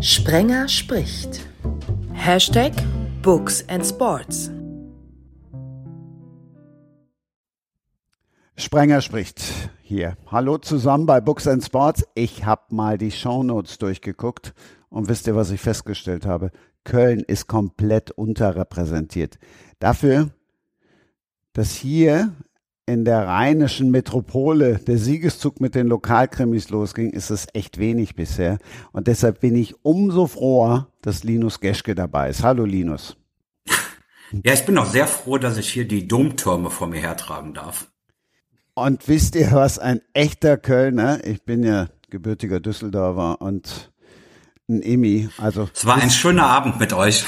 Sprenger spricht. Hashtag Books and Sports. Sprenger spricht hier. Hallo zusammen bei Books and Sports. Ich habe mal die Shownotes durchgeguckt und wisst ihr, was ich festgestellt habe? Köln ist komplett unterrepräsentiert. Dafür, dass hier in der rheinischen Metropole der Siegeszug mit den Lokalkrimis losging, ist es echt wenig bisher. Und deshalb bin ich umso froher, dass Linus Geschke dabei ist. Hallo Linus. Ja, ich bin auch sehr froh, dass ich hier die Domtürme vor mir hertragen darf. Und wisst ihr, was ein echter Kölner, ich bin ja gebürtiger Düsseldorfer und ein Emmy, also. Es war ein schöner Abend mit euch.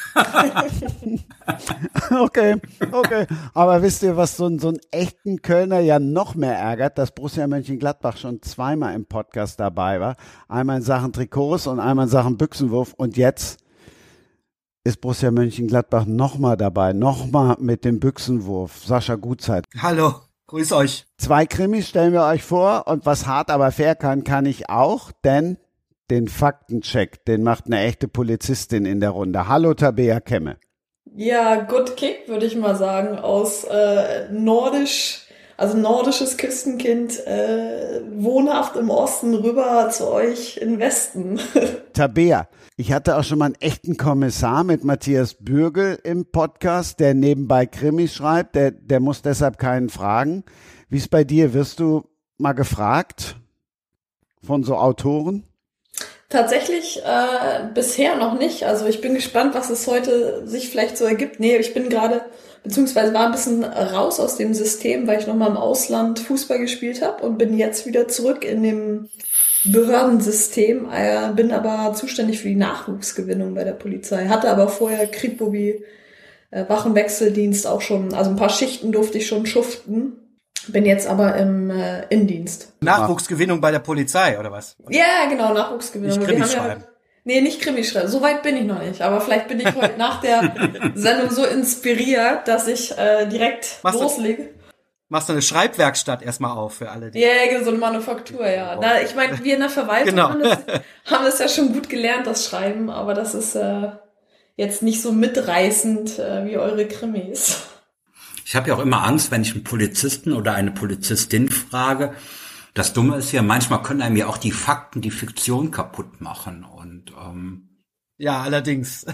Okay. Aber wisst ihr, was so einen echten Kölner ja noch mehr ärgert, dass Borussia Mönchengladbach schon zweimal im Podcast dabei war. Einmal in Sachen Trikots und einmal in Sachen Büchsenwurf. Und jetzt ist Borussia Mönchengladbach nochmal dabei, nochmal mit dem Büchsenwurf. Sascha Gutzeit. Hallo, grüß euch. 2 Krimis stellen wir euch vor und was hart aber fair kann ich auch, denn den Faktencheck, den macht eine echte Polizistin in der Runde. Hallo Tabea Kemme. Ja, good kick, würde ich mal sagen, aus nordisches Küstenkind, wohnhaft im Osten rüber zu euch im Westen. Tabea, ich hatte auch schon mal einen echten Kommissar mit Matthias Bürgel im Podcast, der nebenbei Krimis schreibt, der muss deshalb keinen fragen. Wie ist bei dir? Wirst du mal gefragt von so Autoren? Tatsächlich bisher noch nicht. Also ich bin gespannt, was es heute sich vielleicht so ergibt. Nee, ich bin gerade, beziehungsweise war ein bisschen raus aus dem System, weil ich nochmal im Ausland Fußball gespielt habe und bin jetzt wieder zurück in dem Behördensystem. Bin aber zuständig für die Nachwuchsgewinnung bei der Polizei. Hatte aber vorher Kripo wie Wach- und Wechseldienst auch schon, also ein paar Schichten durfte ich schon schuften. Bin jetzt aber im Innendienst. Nachwuchsgewinnung bei der Polizei, oder was? Ja, genau, Nachwuchsgewinnung. Nicht Krimis schreiben. Nee, nicht Krimis schreiben. So weit bin ich noch nicht. Aber vielleicht bin ich heute nach der Sendung so inspiriert, dass ich direkt loslege. Machst du eine Schreibwerkstatt erstmal auf für alle? Ja, so eine Manufaktur, ja. Na, ich meine, wir in der Verwaltung haben es ja schon gut gelernt, das Schreiben. Aber das ist jetzt nicht so mitreißend wie eure Krimis. Ich habe ja auch immer Angst, wenn ich einen Polizisten oder eine Polizistin frage. Das Dumme ist ja, manchmal können einem ja auch die Fakten, die Fiktion kaputt machen. Und ja, allerdings.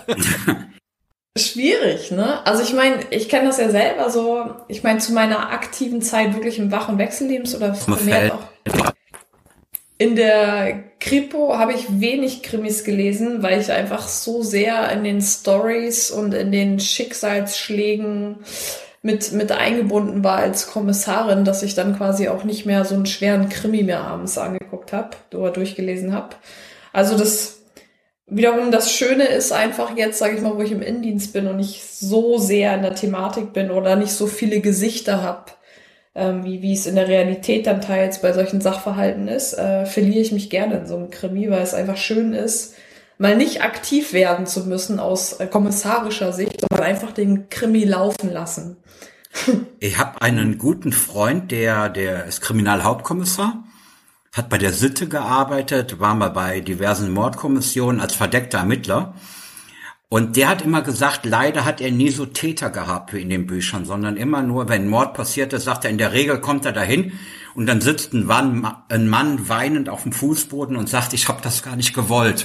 Schwierig, ne? Also ich meine, ich kenne das ja selber so. Ich meine, zu meiner aktiven Zeit wirklich im Wach- und Wechseldienst oder mehr auch in der Kripo habe ich wenig Krimis gelesen, weil ich einfach so sehr in den Stories und in den Schicksalsschlägen mit eingebunden war als Kommissarin, dass ich dann quasi auch nicht mehr so einen schweren Krimi mehr abends angeguckt habe oder durchgelesen habe. Also das Schöne ist einfach jetzt, sage ich mal, wo ich im Innendienst bin und nicht so sehr in der Thematik bin oder nicht so viele Gesichter habe, wie es in der Realität dann teils bei solchen Sachverhalten ist, verliere ich mich gerne in so einem Krimi, weil es einfach schön ist, mal nicht aktiv werden zu müssen aus kommissarischer Sicht, sondern einfach den Krimi laufen lassen. Ich habe einen guten Freund, der ist Kriminalhauptkommissar, hat bei der Sitte gearbeitet, war mal bei diversen Mordkommissionen als verdeckter Ermittler. Und der hat immer gesagt, leider hat er nie so Täter gehabt wie in den Büchern, sondern immer nur, wenn Mord passiert ist, sagt er, in der Regel kommt er dahin und dann sitzt ein Mann weinend auf dem Fußboden und sagt, ich habe das gar nicht gewollt.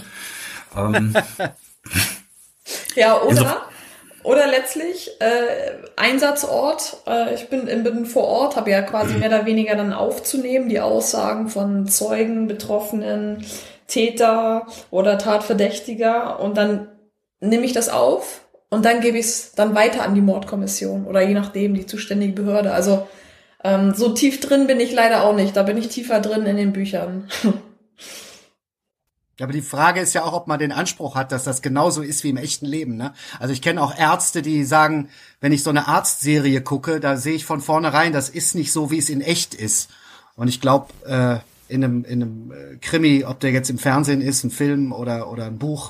Ja, oder letztlich Einsatzort. Ich bin vor Ort, habe ja quasi mehr oder weniger dann aufzunehmen, die Aussagen von Zeugen, Betroffenen, Täter oder Tatverdächtiger und dann nehme ich das auf und dann gebe ich es dann weiter an die Mordkommission oder je nachdem die zuständige Behörde. Also so tief drin bin ich leider auch nicht. Da bin ich tiefer drin in den Büchern. Ja, aber die Frage ist ja auch, ob man den Anspruch hat, dass das genauso ist wie im echten Leben, ne? Also ich kenne auch Ärzte, die sagen, wenn ich so eine Arztserie gucke, da sehe ich von vornherein, das ist nicht so, wie es in echt ist. Und ich glaube, in einem Krimi, ob der jetzt im Fernsehen ist, ein Film oder ein Buch,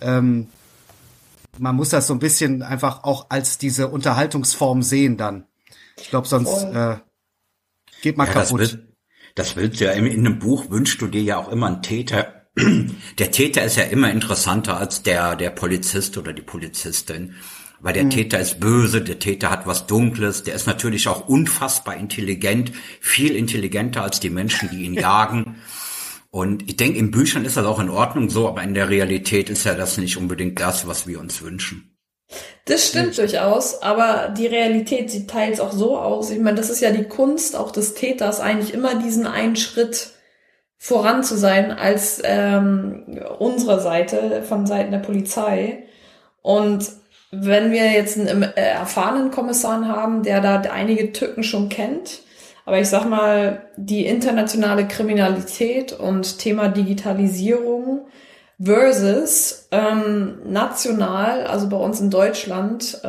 man muss das so ein bisschen einfach auch als diese Unterhaltungsform sehen dann. Ich glaube, sonst geht man kaputt. Das willst du ja in einem Buch, wünschst du dir ja auch immer einen Täter, Der Täter ist ja immer interessanter als der Polizist oder die Polizistin. Weil der Täter ist böse, der Täter hat was Dunkles, der ist natürlich auch unfassbar intelligent, viel intelligenter als die Menschen, die ihn jagen. Und ich denke, in Büchern ist das auch in Ordnung so, aber in der Realität ist ja das nicht unbedingt das, was wir uns wünschen. Das stimmt durchaus, aber die Realität sieht teils auch so aus. Ich meine, das ist ja die Kunst auch des Täters, eigentlich immer diesen einen Schritt voran zu sein als unsere Seite, von Seiten der Polizei. Und wenn wir jetzt einen erfahrenen Kommissar haben, der da einige Tücken schon kennt, aber ich sag mal, die internationale Kriminalität und Thema Digitalisierung versus national, also bei uns in Deutschland,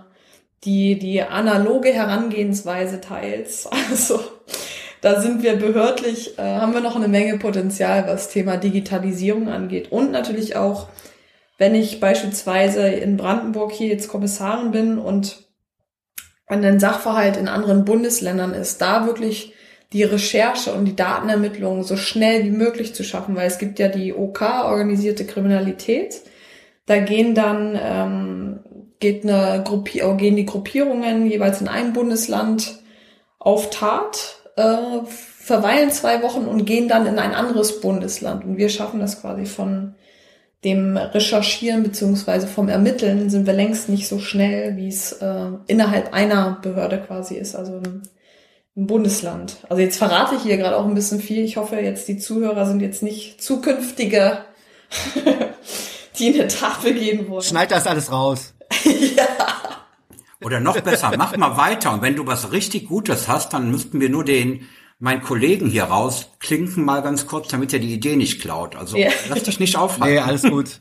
die analoge Herangehensweise teils, also da sind wir behördlich, haben wir noch eine Menge Potenzial, was Thema Digitalisierung angeht. Und natürlich auch, wenn ich beispielsweise in Brandenburg hier jetzt Kommissarin bin und ein Sachverhalt in anderen Bundesländern ist, da wirklich die Recherche und die Datenermittlung so schnell wie möglich zu schaffen, weil es gibt ja die OK, organisierte Kriminalität. Da gehen dann gehen die Gruppierungen jeweils in einem Bundesland auf Tat, verweilen 2 Wochen und gehen dann in ein anderes Bundesland. Und wir schaffen das quasi von dem Recherchieren beziehungsweise vom Ermitteln sind wir längst nicht so schnell, wie es innerhalb einer Behörde quasi ist, also im Bundesland. Also jetzt verrate ich hier gerade auch ein bisschen viel. Ich hoffe jetzt, die Zuhörer sind jetzt nicht zukünftige, die eine Tat begehen wollen. Schneid das alles raus. Ja. Oder noch besser, mach mal weiter. Und wenn du was richtig Gutes hast, dann müssten wir nur meinen Kollegen hier rausklinken mal ganz kurz, damit er die Idee nicht klaut. Also lass dich nicht aufhalten. Nee, alles gut.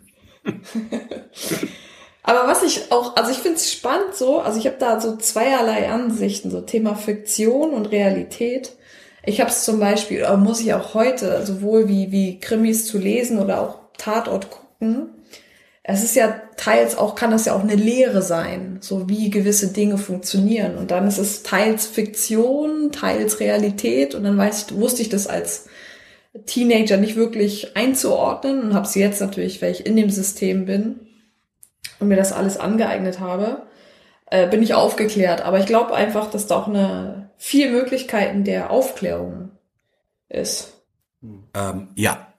Aber was ich auch, also ich finde es spannend so, also ich habe da so zweierlei Ansichten, so Thema Fiktion und Realität. Ich habe es zum Beispiel, muss ich auch heute, sowohl wie Krimis zu lesen oder auch Tatort gucken, es ist ja teils auch, kann das ja auch eine Lehre sein, so wie gewisse Dinge funktionieren. Und dann ist es teils Fiktion, teils Realität. Und dann wusste ich das als Teenager nicht wirklich einzuordnen und habe es jetzt natürlich, weil ich in dem System bin und mir das alles angeeignet habe, bin ich aufgeklärt. Aber ich glaube einfach, dass da auch viel Möglichkeiten der Aufklärung ist. Ja.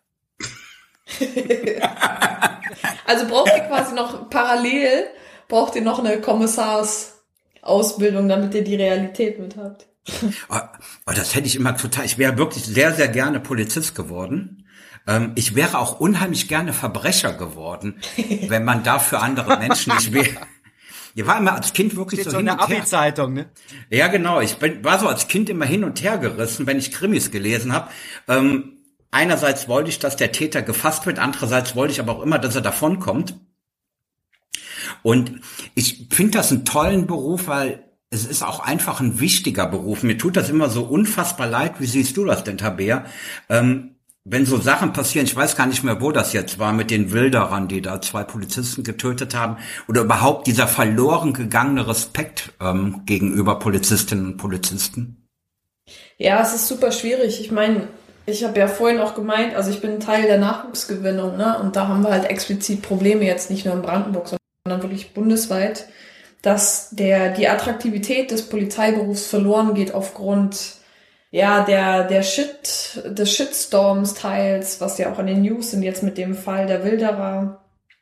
Also braucht ihr quasi noch parallel, braucht ihr noch eine Kommissarsausbildung, damit ihr die Realität mit habt. Oh, das hätte ich immer total, ich wäre wirklich sehr, sehr gerne Polizist geworden. Ich wäre auch unheimlich gerne Verbrecher geworden, wenn man dafür andere Menschen nicht wäre. Ich war immer als Kind wirklich so hin und her. So eine Abi-Zeitung, ne? Ja, genau. War so als Kind immer hin und her gerissen, wenn ich Krimis gelesen habe. Einerseits wollte ich, dass der Täter gefasst wird, andererseits wollte ich aber auch immer, dass er davonkommt. Und ich finde das einen tollen Beruf, weil es ist auch einfach ein wichtiger Beruf. Mir tut das immer so unfassbar leid. Wie siehst du das denn, Tabea? Wenn so Sachen passieren, ich weiß gar nicht mehr, wo das jetzt war, mit den Wilderern, die da 2 Polizisten getötet haben, oder überhaupt dieser verloren gegangene Respekt gegenüber Polizistinnen und Polizisten. Ja, es ist super schwierig. Ich meine, ich habe ja vorhin auch gemeint, also ich bin Teil der Nachwuchsgewinnung, ne? Und da haben wir halt explizit Probleme, jetzt nicht nur in Brandenburg, sondern wirklich bundesweit, dass die Attraktivität des Polizeiberufs verloren geht aufgrund des Shitstorms teils, was ja auch in den News sind, jetzt mit dem Fall der Wilderer.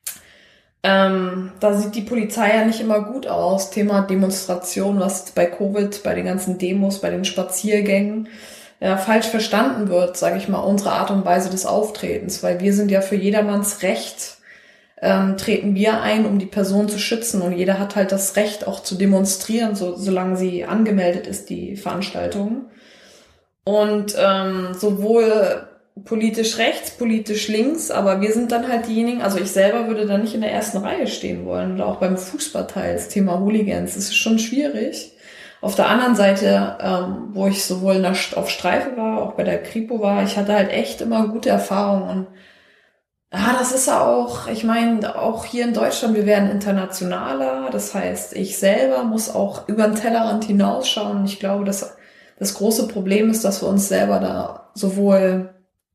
Da sieht die Polizei ja nicht immer gut aus. Thema Demonstration, was bei Covid, bei den ganzen Demos, bei den Spaziergängen falsch verstanden wird, sage ich mal, unsere Art und Weise des Auftretens, weil wir sind ja für jedermanns Recht, treten wir ein, um die Person zu schützen, und jeder hat halt das Recht auch zu demonstrieren, solange sie angemeldet ist, die Veranstaltung. Und sowohl politisch rechts, politisch links, aber wir sind dann halt diejenigen, also ich selber würde da nicht in der ersten Reihe stehen wollen, oder auch beim Fußballteil, das Thema Hooligans, das ist schon schwierig. Auf der anderen Seite, wo ich sowohl auf Streife war, auch bei der Kripo war, ich hatte halt echt immer gute Erfahrungen. Und das ist ja auch, ich meine, auch hier in Deutschland, wir werden internationaler. Das heißt, ich selber muss auch über den Tellerrand hinausschauen. Und ich glaube, dass das große Problem ist, dass wir uns selber da sowohl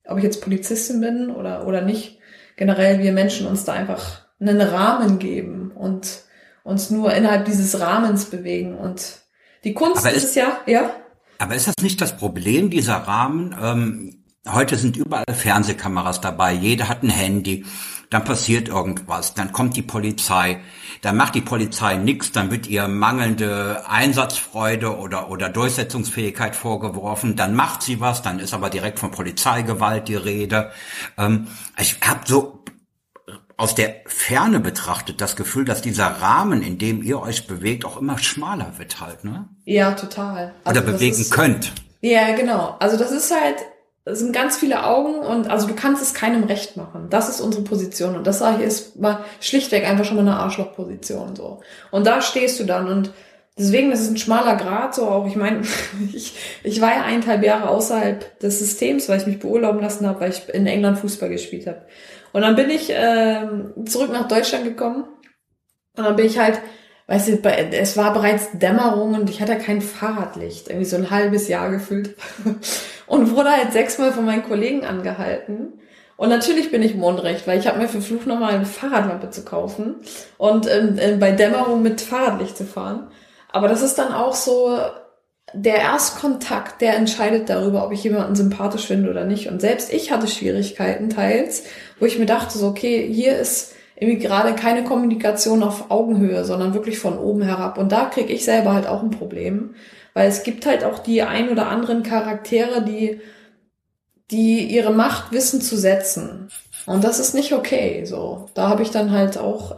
ob ich jetzt Polizistin bin oder nicht, generell wir Menschen uns da einfach einen Rahmen geben und uns nur innerhalb dieses Rahmens bewegen. Und die Kunst ist es ja. Aber ist das nicht das Problem, dieser Rahmen? Heute sind überall Fernsehkameras dabei, jeder hat ein Handy, dann passiert irgendwas, dann kommt die Polizei, dann macht die Polizei nichts, dann wird ihr mangelnde Einsatzfreude oder Durchsetzungsfähigkeit vorgeworfen, dann macht sie was, dann ist aber direkt von Polizeigewalt die Rede. Ich habe so aus der Ferne betrachtet das Gefühl, dass dieser Rahmen, in dem ihr euch bewegt, auch immer schmaler wird halt, ne? Ja, total. Also oder bewegen könnt. Ja, genau. Also das sind ganz viele Augen und also du kannst es keinem recht machen. Das ist unsere Position und das sage ich ist mal schlichtweg einfach schon mal eine Arschlochposition so. Und da stehst du dann und deswegen ist es ein schmaler Grat so auch. Ich meine, ich war ja 1,5 Jahre außerhalb des Systems, weil ich mich beurlauben lassen habe, weil ich in England Fußball gespielt habe. Und dann bin ich zurück nach Deutschland gekommen und dann bin ich halt, weißt du, es war bereits Dämmerung und ich hatte kein Fahrradlicht, irgendwie so ein halbes Jahr gefühlt und wurde halt 6-mal von meinen Kollegen angehalten. Und natürlich bin ich im Unrecht, weil ich habe mir verflucht, nochmal eine Fahrradlampe zu kaufen und bei Dämmerung mit Fahrradlicht zu fahren. Aber das ist dann auch so, der Erstkontakt, der entscheidet darüber, ob ich jemanden sympathisch finde oder nicht. Und selbst ich hatte Schwierigkeiten teils, wo ich mir dachte, so okay, hier ist irgendwie gerade keine Kommunikation auf Augenhöhe, sondern wirklich von oben herab. Und da kriege ich selber halt auch ein Problem, weil es gibt halt auch die ein oder anderen Charaktere, die ihre Macht wissen zu setzen. Und das ist nicht okay. So, da habe ich dann halt auch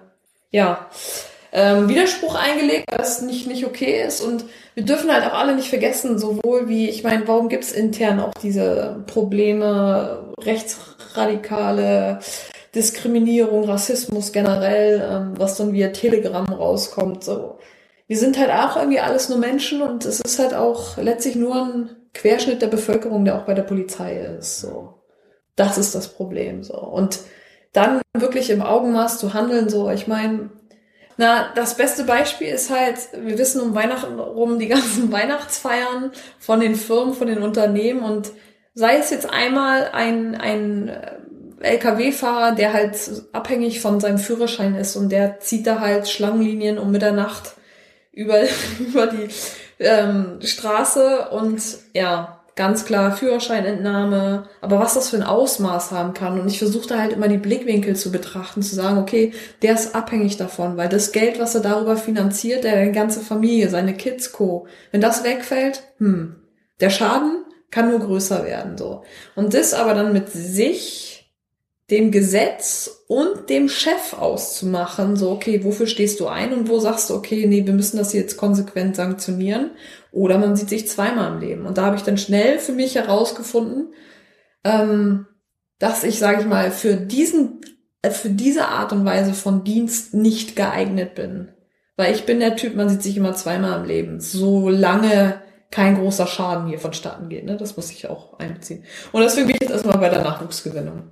Widerspruch eingelegt, weil es nicht okay ist. Und wir dürfen halt auch alle nicht vergessen, sowohl wie, ich meine, warum gibt's intern auch diese Probleme, rechtsradikale Diskriminierung, Rassismus generell, was dann via Telegram rauskommt. So, wir sind halt auch irgendwie alles nur Menschen und es ist halt auch letztlich nur ein Querschnitt der Bevölkerung, der auch bei der Polizei ist. So, das ist das Problem. So, und dann wirklich im Augenmaß zu handeln. So, ich meine, das beste Beispiel ist halt, wir wissen um Weihnachten rum die ganzen Weihnachtsfeiern von den Firmen, von den Unternehmen und sei es jetzt einmal ein LKW-Fahrer, der halt abhängig von seinem Führerschein ist und der zieht da halt Schlangenlinien um Mitternacht über die Straße und ja, ganz klar Führerscheinentnahme, aber was das für ein Ausmaß haben kann und ich versuche da halt immer die Blickwinkel zu betrachten, zu sagen, okay, der ist abhängig davon, weil das Geld, was er darüber finanziert, der ganze Familie, seine Kids, Co., wenn das wegfällt, der Schaden kann nur größer werden, so. Und das aber dann mit sich, dem Gesetz und dem Chef auszumachen, so, okay, wofür stehst du ein und wo sagst du, okay, nee, wir müssen das jetzt konsequent sanktionieren, oder man sieht sich zweimal im Leben. Und da habe ich dann schnell für mich herausgefunden, dass ich, sage ich mal, für diese Art und Weise von Dienst nicht geeignet bin. Weil ich bin der Typ, man sieht sich immer zweimal im Leben, solange kein großer Schaden hier vonstatten geht. Ne? Das muss ich auch einbeziehen. Und deswegen bin ich jetzt erstmal bei der Nachwuchsgewinnung.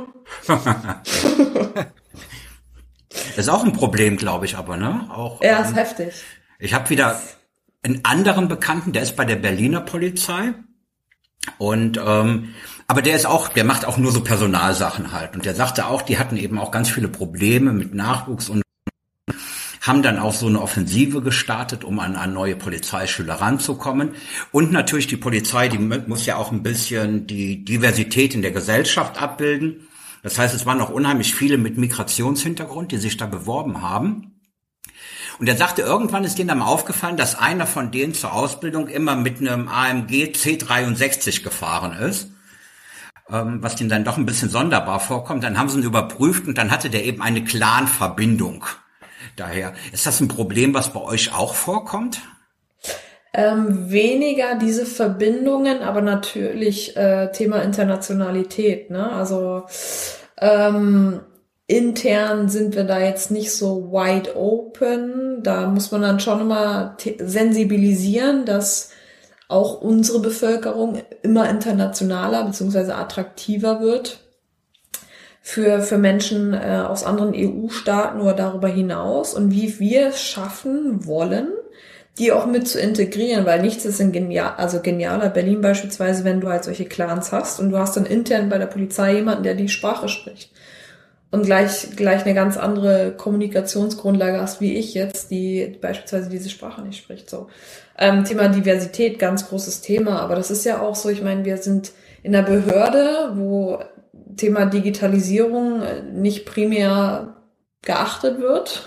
Das ist auch ein Problem, glaube ich, aber, ne? Auch, ja, ist heftig. Ich habe wieder einen anderen Bekannten, der ist bei der Berliner Polizei und aber der macht auch nur so Personalsachen halt und der sagte auch, die hatten eben auch ganz viele Probleme mit Nachwuchs und haben dann auch so eine Offensive gestartet, um an neue Polizeischüler ranzukommen. Und natürlich die Polizei, die muss ja auch ein bisschen die Diversität in der Gesellschaft abbilden. Das heißt, es waren auch unheimlich viele mit Migrationshintergrund, die sich da beworben haben. Und er sagte, irgendwann ist denen dann mal aufgefallen, dass einer von denen zur Ausbildung immer mit einem AMG C63 gefahren ist, was denen dann doch ein bisschen sonderbar vorkommt. Dann haben sie ihn überprüft und dann hatte der eben eine Clan-Verbindung. Daher, ist das ein Problem, was bei euch auch vorkommt? Weniger diese Verbindungen, aber natürlich Thema Internationalität. Ne? Also intern sind wir da jetzt nicht so wide open. Da muss man dann schon immer sensibilisieren, dass auch unsere Bevölkerung immer internationaler bzw. attraktiver wird für Menschen aus anderen EU-Staaten oder darüber hinaus und wie wir es schaffen wollen, die auch mit zu integrieren, weil nichts ist genialer. Berlin beispielsweise, wenn du halt solche Clans hast und du hast dann intern bei der Polizei jemanden, der die Sprache spricht. Und gleich eine ganz andere Kommunikationsgrundlage hast, wie ich jetzt, die beispielsweise diese Sprache nicht spricht. So Thema Diversität, ganz großes Thema. Aber das ist ja auch so, ich meine, wir sind in einer Behörde, wo Thema Digitalisierung nicht primär geachtet wird.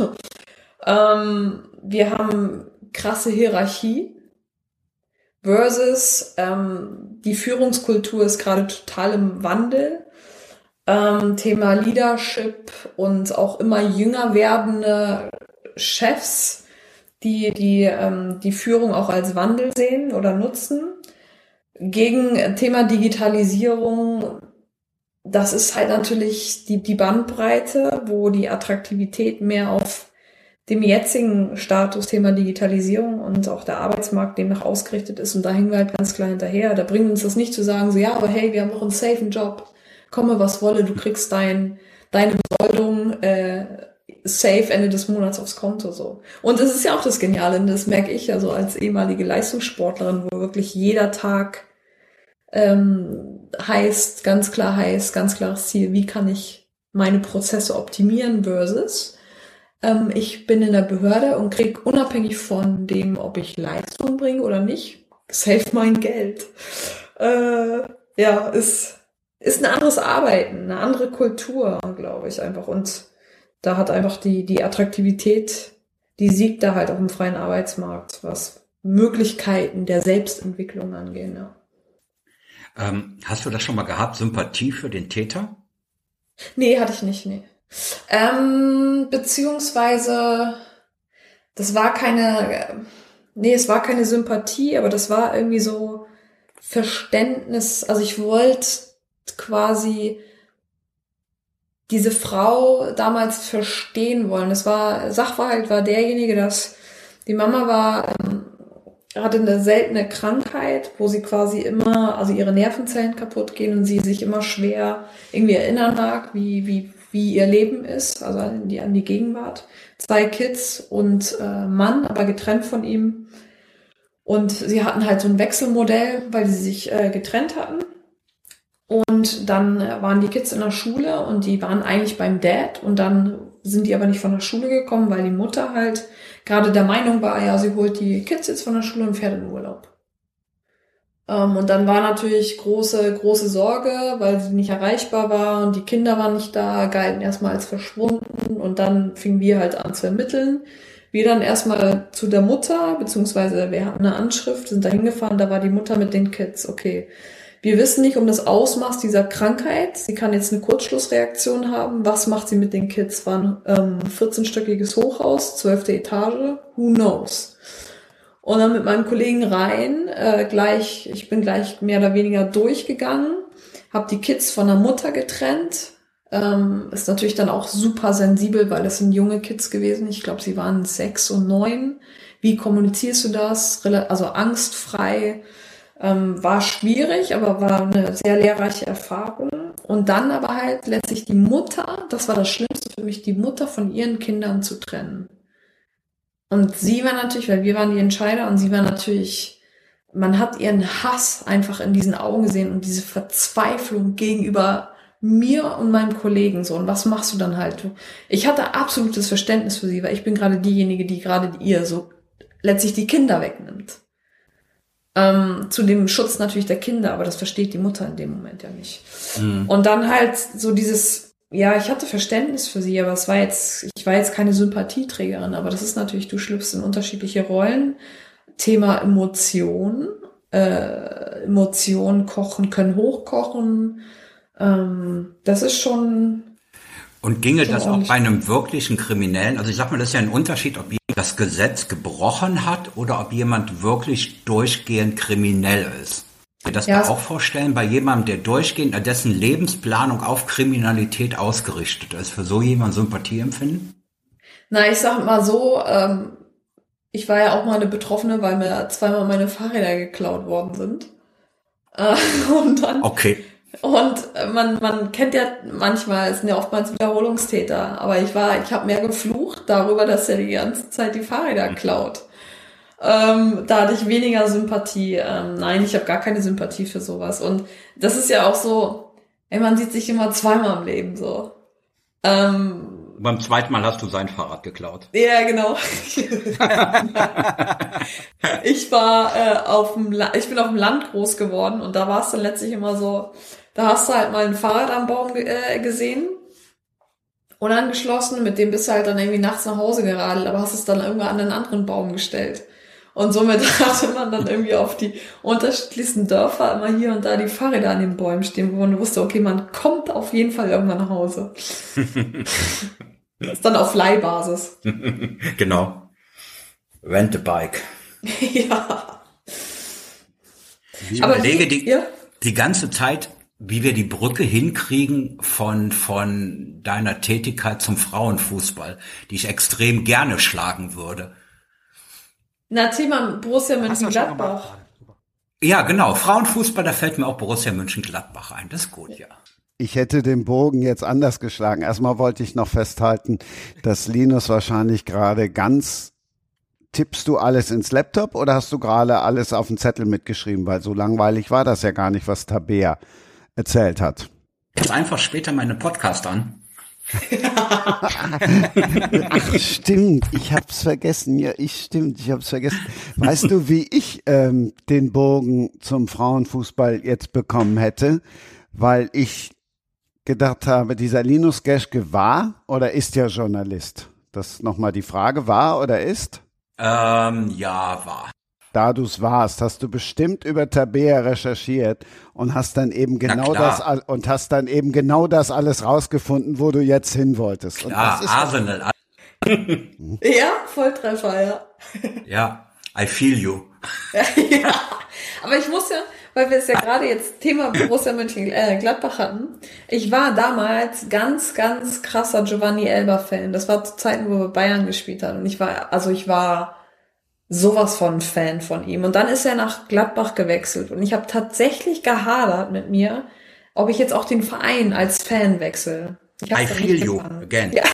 Wir haben krasse Hierarchie versus die Führungskultur ist gerade total im Wandel. Thema Leadership und auch immer jünger werdende Chefs, die Führung auch als Wandel sehen oder nutzen. Gegen Thema Digitalisierung, das ist halt natürlich die Bandbreite, wo die Attraktivität mehr auf dem jetzigen Status, Thema Digitalisierung und auch der Arbeitsmarkt demnach ausgerichtet ist. Und da hängen wir halt ganz klar hinterher. Da bringt uns das nicht zu sagen, so ja, aber hey, wir haben noch einen safen Job. Komme, was wolle, du kriegst deine Besoldung safe Ende des Monats aufs Konto. So. Und das ist ja auch das Geniale, das merke ich ja so als ehemalige Leistungssportlerin, wo wirklich jeder Tag ganz klares Ziel, wie kann ich meine Prozesse optimieren versus ich bin in der Behörde und kriege unabhängig von dem, ob ich Leistung bringe oder nicht, safe mein Geld. Ist ein anderes Arbeiten, eine andere Kultur, glaube ich einfach. Und da hat einfach die Attraktivität, die siegt da halt auf dem freien Arbeitsmarkt, was Möglichkeiten der Selbstentwicklung angehen. Ja. Hast du das schon mal gehabt, Sympathie für den Täter? Nee, hatte ich nicht, nee. Beziehungsweise, es war keine Sympathie, aber das war irgendwie so Verständnis. Also ich wollte quasi diese Frau damals verstehen wollen. Sachverhalt war derjenige, dass die Mama hatte eine seltene Krankheit, wo sie quasi immer, also ihre Nervenzellen kaputt gehen und sie sich immer schwer irgendwie erinnern mag, wie ihr Leben ist, also an die Gegenwart. 2 Kids und Mann, aber getrennt von ihm. Und sie hatten halt so ein Wechselmodell, weil sie sich getrennt hatten. Und dann waren die Kids in der Schule und die waren eigentlich beim Dad und dann sind die aber nicht von der Schule gekommen, weil die Mutter halt gerade der Meinung war, ja, sie holt die Kids jetzt von der Schule und fährt in Urlaub. Und dann war natürlich große Sorge, weil sie nicht erreichbar war und die Kinder waren nicht da, galten erstmal als verschwunden und dann fingen wir halt an zu ermitteln. Wir dann erstmal zu der Mutter, beziehungsweise wir hatten eine Anschrift, sind da hingefahren, da war die Mutter mit den Kids, okay. Wir wissen nicht um das Ausmaß dieser Krankheit. Sie kann jetzt eine Kurzschlussreaktion haben. Was macht sie mit den Kids? War ein 14-stöckiges Hochhaus, 12. Etage. Who knows? Und dann mit meinem Kollegen rein, ich bin gleich mehr oder weniger durchgegangen, habe die Kids von der Mutter getrennt. Ist natürlich dann auch super sensibel, weil es sind junge Kids gewesen. Ich glaube, sie waren 6 und 9. Wie kommunizierst du das? Also angstfrei. War schwierig, aber war eine sehr lehrreiche Erfahrung. Und dann aber halt letztlich die Mutter, das war das Schlimmste für mich, die Mutter von ihren Kindern zu trennen. Und sie war natürlich, weil wir waren die Entscheider und sie war natürlich, man hat ihren Hass einfach in diesen Augen gesehen und diese Verzweiflung gegenüber mir und meinem Kollegen so. Und was machst du dann halt? Ich hatte absolutes Verständnis für sie, weil ich bin gerade diejenige, die gerade ihr so letztlich die Kinder wegnimmt. Zu dem Schutz natürlich der Kinder, aber das versteht die Mutter in dem Moment ja nicht. Mhm. Und dann halt so dieses, ja, ich hatte Verständnis für sie, aber ich war jetzt keine Sympathieträgerin, aber das ist natürlich, du schlüpfst in unterschiedliche Rollen. Thema Emotionen kochen, können hochkochen, das ist schon. Und ginge das auch bei einem wirklichen Kriminellen? Also ich sag mal, das ist ja ein Unterschied, ob jemand das Gesetz gebrochen hat oder ob jemand wirklich durchgehend kriminell ist. Kann ich das da auch vorstellen, bei jemandem, der durchgehend, dessen Lebensplanung auf Kriminalität ausgerichtet ist, für so jemanden Sympathie empfinden? Na, ich sag mal so, ich war ja auch mal eine Betroffene, weil mir 2-mal meine Fahrräder geklaut worden sind. Und dann. Okay. Und man kennt ja manchmal, es sind ja oftmals Wiederholungstäter, aber ich habe mehr geflucht darüber, dass er die ganze Zeit die Fahrräder klaut. Da hatte ich weniger Sympathie. Nein, ich habe gar keine Sympathie für sowas. Und das ist ja auch so, man sieht sich immer zweimal im Leben so. Beim zweiten Mal hast du sein Fahrrad geklaut. Ja, genau. Ich bin auf dem Land groß geworden und da war es dann letztlich immer so, da hast du halt mal ein Fahrrad am Baum gesehen, unangeschlossen, mit dem bist du halt dann irgendwie nachts nach Hause geradelt, aber hast es dann irgendwann an einen anderen Baum gestellt. Und somit hatte man dann irgendwie auf die unterschiedlichsten Dörfer immer hier und da die Fahrräder an den Bäumen stehen, wo man wusste, okay, man kommt auf jeden Fall irgendwann nach Hause. Das ist dann auf Leihbasis. Genau. Rent a bike. Ja. Ich überlege die ganze Zeit, wie wir die Brücke hinkriegen von deiner Tätigkeit zum Frauenfußball, die ich extrem gerne schlagen würde. Na, Thema Borussia Mönchengladbach. Ja, genau. Frauenfußball, da fällt mir auch Borussia Mönchengladbach ein. Das ist gut, ja. Ich hätte den Bogen jetzt anders geschlagen. Erstmal wollte ich noch festhalten, dass Linus wahrscheinlich gerade tippst du alles ins Laptop oder hast du gerade alles auf den Zettel mitgeschrieben? Weil so langweilig war das ja gar nicht, was Tabea erzählt hat. Jetzt einfach später meine Podcast an. Ach, stimmt, ich hab's vergessen. Ja, ich hab's vergessen. Weißt du, wie ich den Bogen zum Frauenfußball jetzt bekommen hätte? Weil ich gedacht habe, dieser Linus Geschke war oder ist ja Journalist? Das ist nochmal die Frage, war oder ist? Ja, war. Da du es warst, hast du bestimmt über Tabea recherchiert und hast dann eben genau das alles rausgefunden, wo du jetzt hin wolltest. Klar, Arsenal. Ja, Volltreffer, ja. Ja, I feel you. Ja, aber ich muss ja, weil wir es ja gerade jetzt Thema Borussia Mönchengladbach hatten, ich war damals ganz, ganz krasser Giovanni Elber-Fan. Das war zu Zeiten, wo wir Bayern gespielt haben. Und ich war sowas von Fan von ihm. Und dann ist er nach Gladbach gewechselt. Und ich habe tatsächlich gehadert mit mir, ob ich jetzt auch den Verein als Fan wechsle. I feel you again. Ja.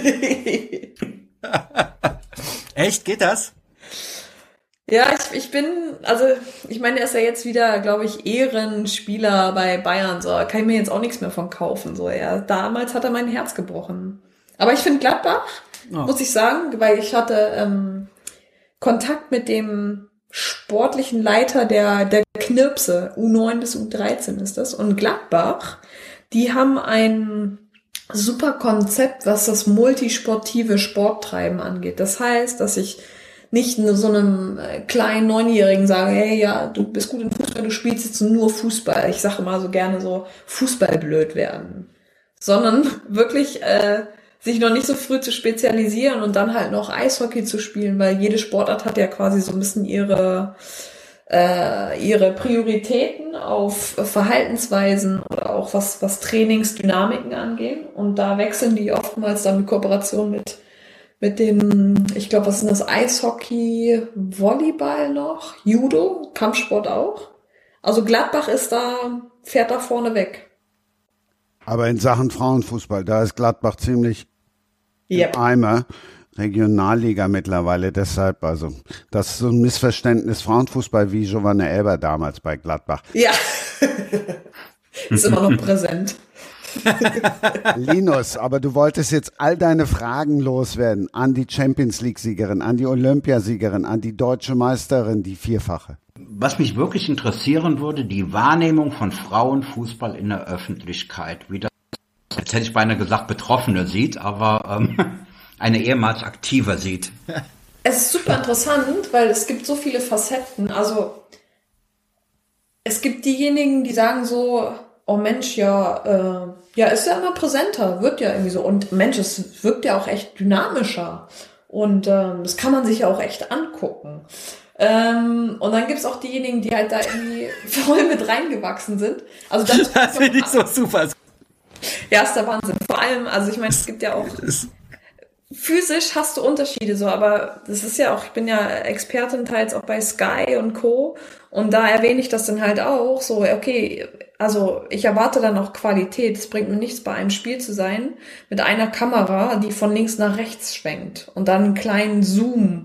Echt? Geht das? Ja, ich meine, er ist ja jetzt wieder, glaube ich, Ehrenspieler bei Bayern, so, kann ich mir jetzt auch nichts mehr von kaufen, so, ja. Damals hat er mein Herz gebrochen. Aber ich finde Gladbach, muss ich sagen, weil ich hatte Kontakt mit dem sportlichen Leiter der Knirpse, U9 bis U13 ist das, und Gladbach, die haben ein super Konzept, was das multisportive Sporttreiben angeht. Das heißt, dass ich nicht nur so einem kleinen 9-Jährigen sage, hey, ja, du bist gut in Fußball, du spielst jetzt nur Fußball. Ich sage immer so gerne so, Fußball blöd werden. Sondern wirklich sich noch nicht so früh zu spezialisieren und dann halt noch Eishockey zu spielen, weil jede Sportart hat ja quasi so ein bisschen ihre Prioritäten auf Verhaltensweisen oder auch was Trainingsdynamiken angeht. Und da wechseln die oftmals dann in Kooperation mit dem, ich glaube, was ist das? Eishockey, Volleyball noch, Judo, Kampfsport auch. Also Gladbach fährt da vorne weg. Aber in Sachen Frauenfußball, da ist Gladbach ziemlich im Eimer. Regionalliga mittlerweile, deshalb, also das ist so ein Missverständnis, Frauenfußball wie Giovanni Elber damals bei Gladbach. Ja, ist immer noch präsent. Linus, aber du wolltest jetzt all deine Fragen loswerden an die Champions-League-Siegerin, an die Olympiasiegerin, an die deutsche Meisterin, die Vierfache. Was mich wirklich interessieren würde, die Wahrnehmung von Frauenfußball in der Öffentlichkeit. Wie das, jetzt hätte ich beinahe gesagt, Betroffene sieht, aber eine ehemals Aktive sieht. Es ist super interessant, weil es gibt so viele Facetten. Also es gibt diejenigen, die sagen so, oh Mensch, ja, ist ja immer präsenter, wird ja irgendwie so. Und Mensch, es wirkt ja auch echt dynamischer. Und das kann man sich ja auch echt angucken. Und dann gibt's auch diejenigen, die halt da irgendwie voll mit reingewachsen sind. Also das finde ich so super. Ja, ist der Wahnsinn. Vor allem, also ich meine, es gibt ja auch physisch hast du Unterschiede so, aber das ist ja auch, ich bin ja Expertin teils auch bei Sky und Co. Und da erwähne ich das dann halt auch so, okay, also ich erwarte dann auch Qualität. Es bringt mir nichts, bei einem Spiel zu sein mit einer Kamera, die von links nach rechts schwenkt und dann einen kleinen Zoom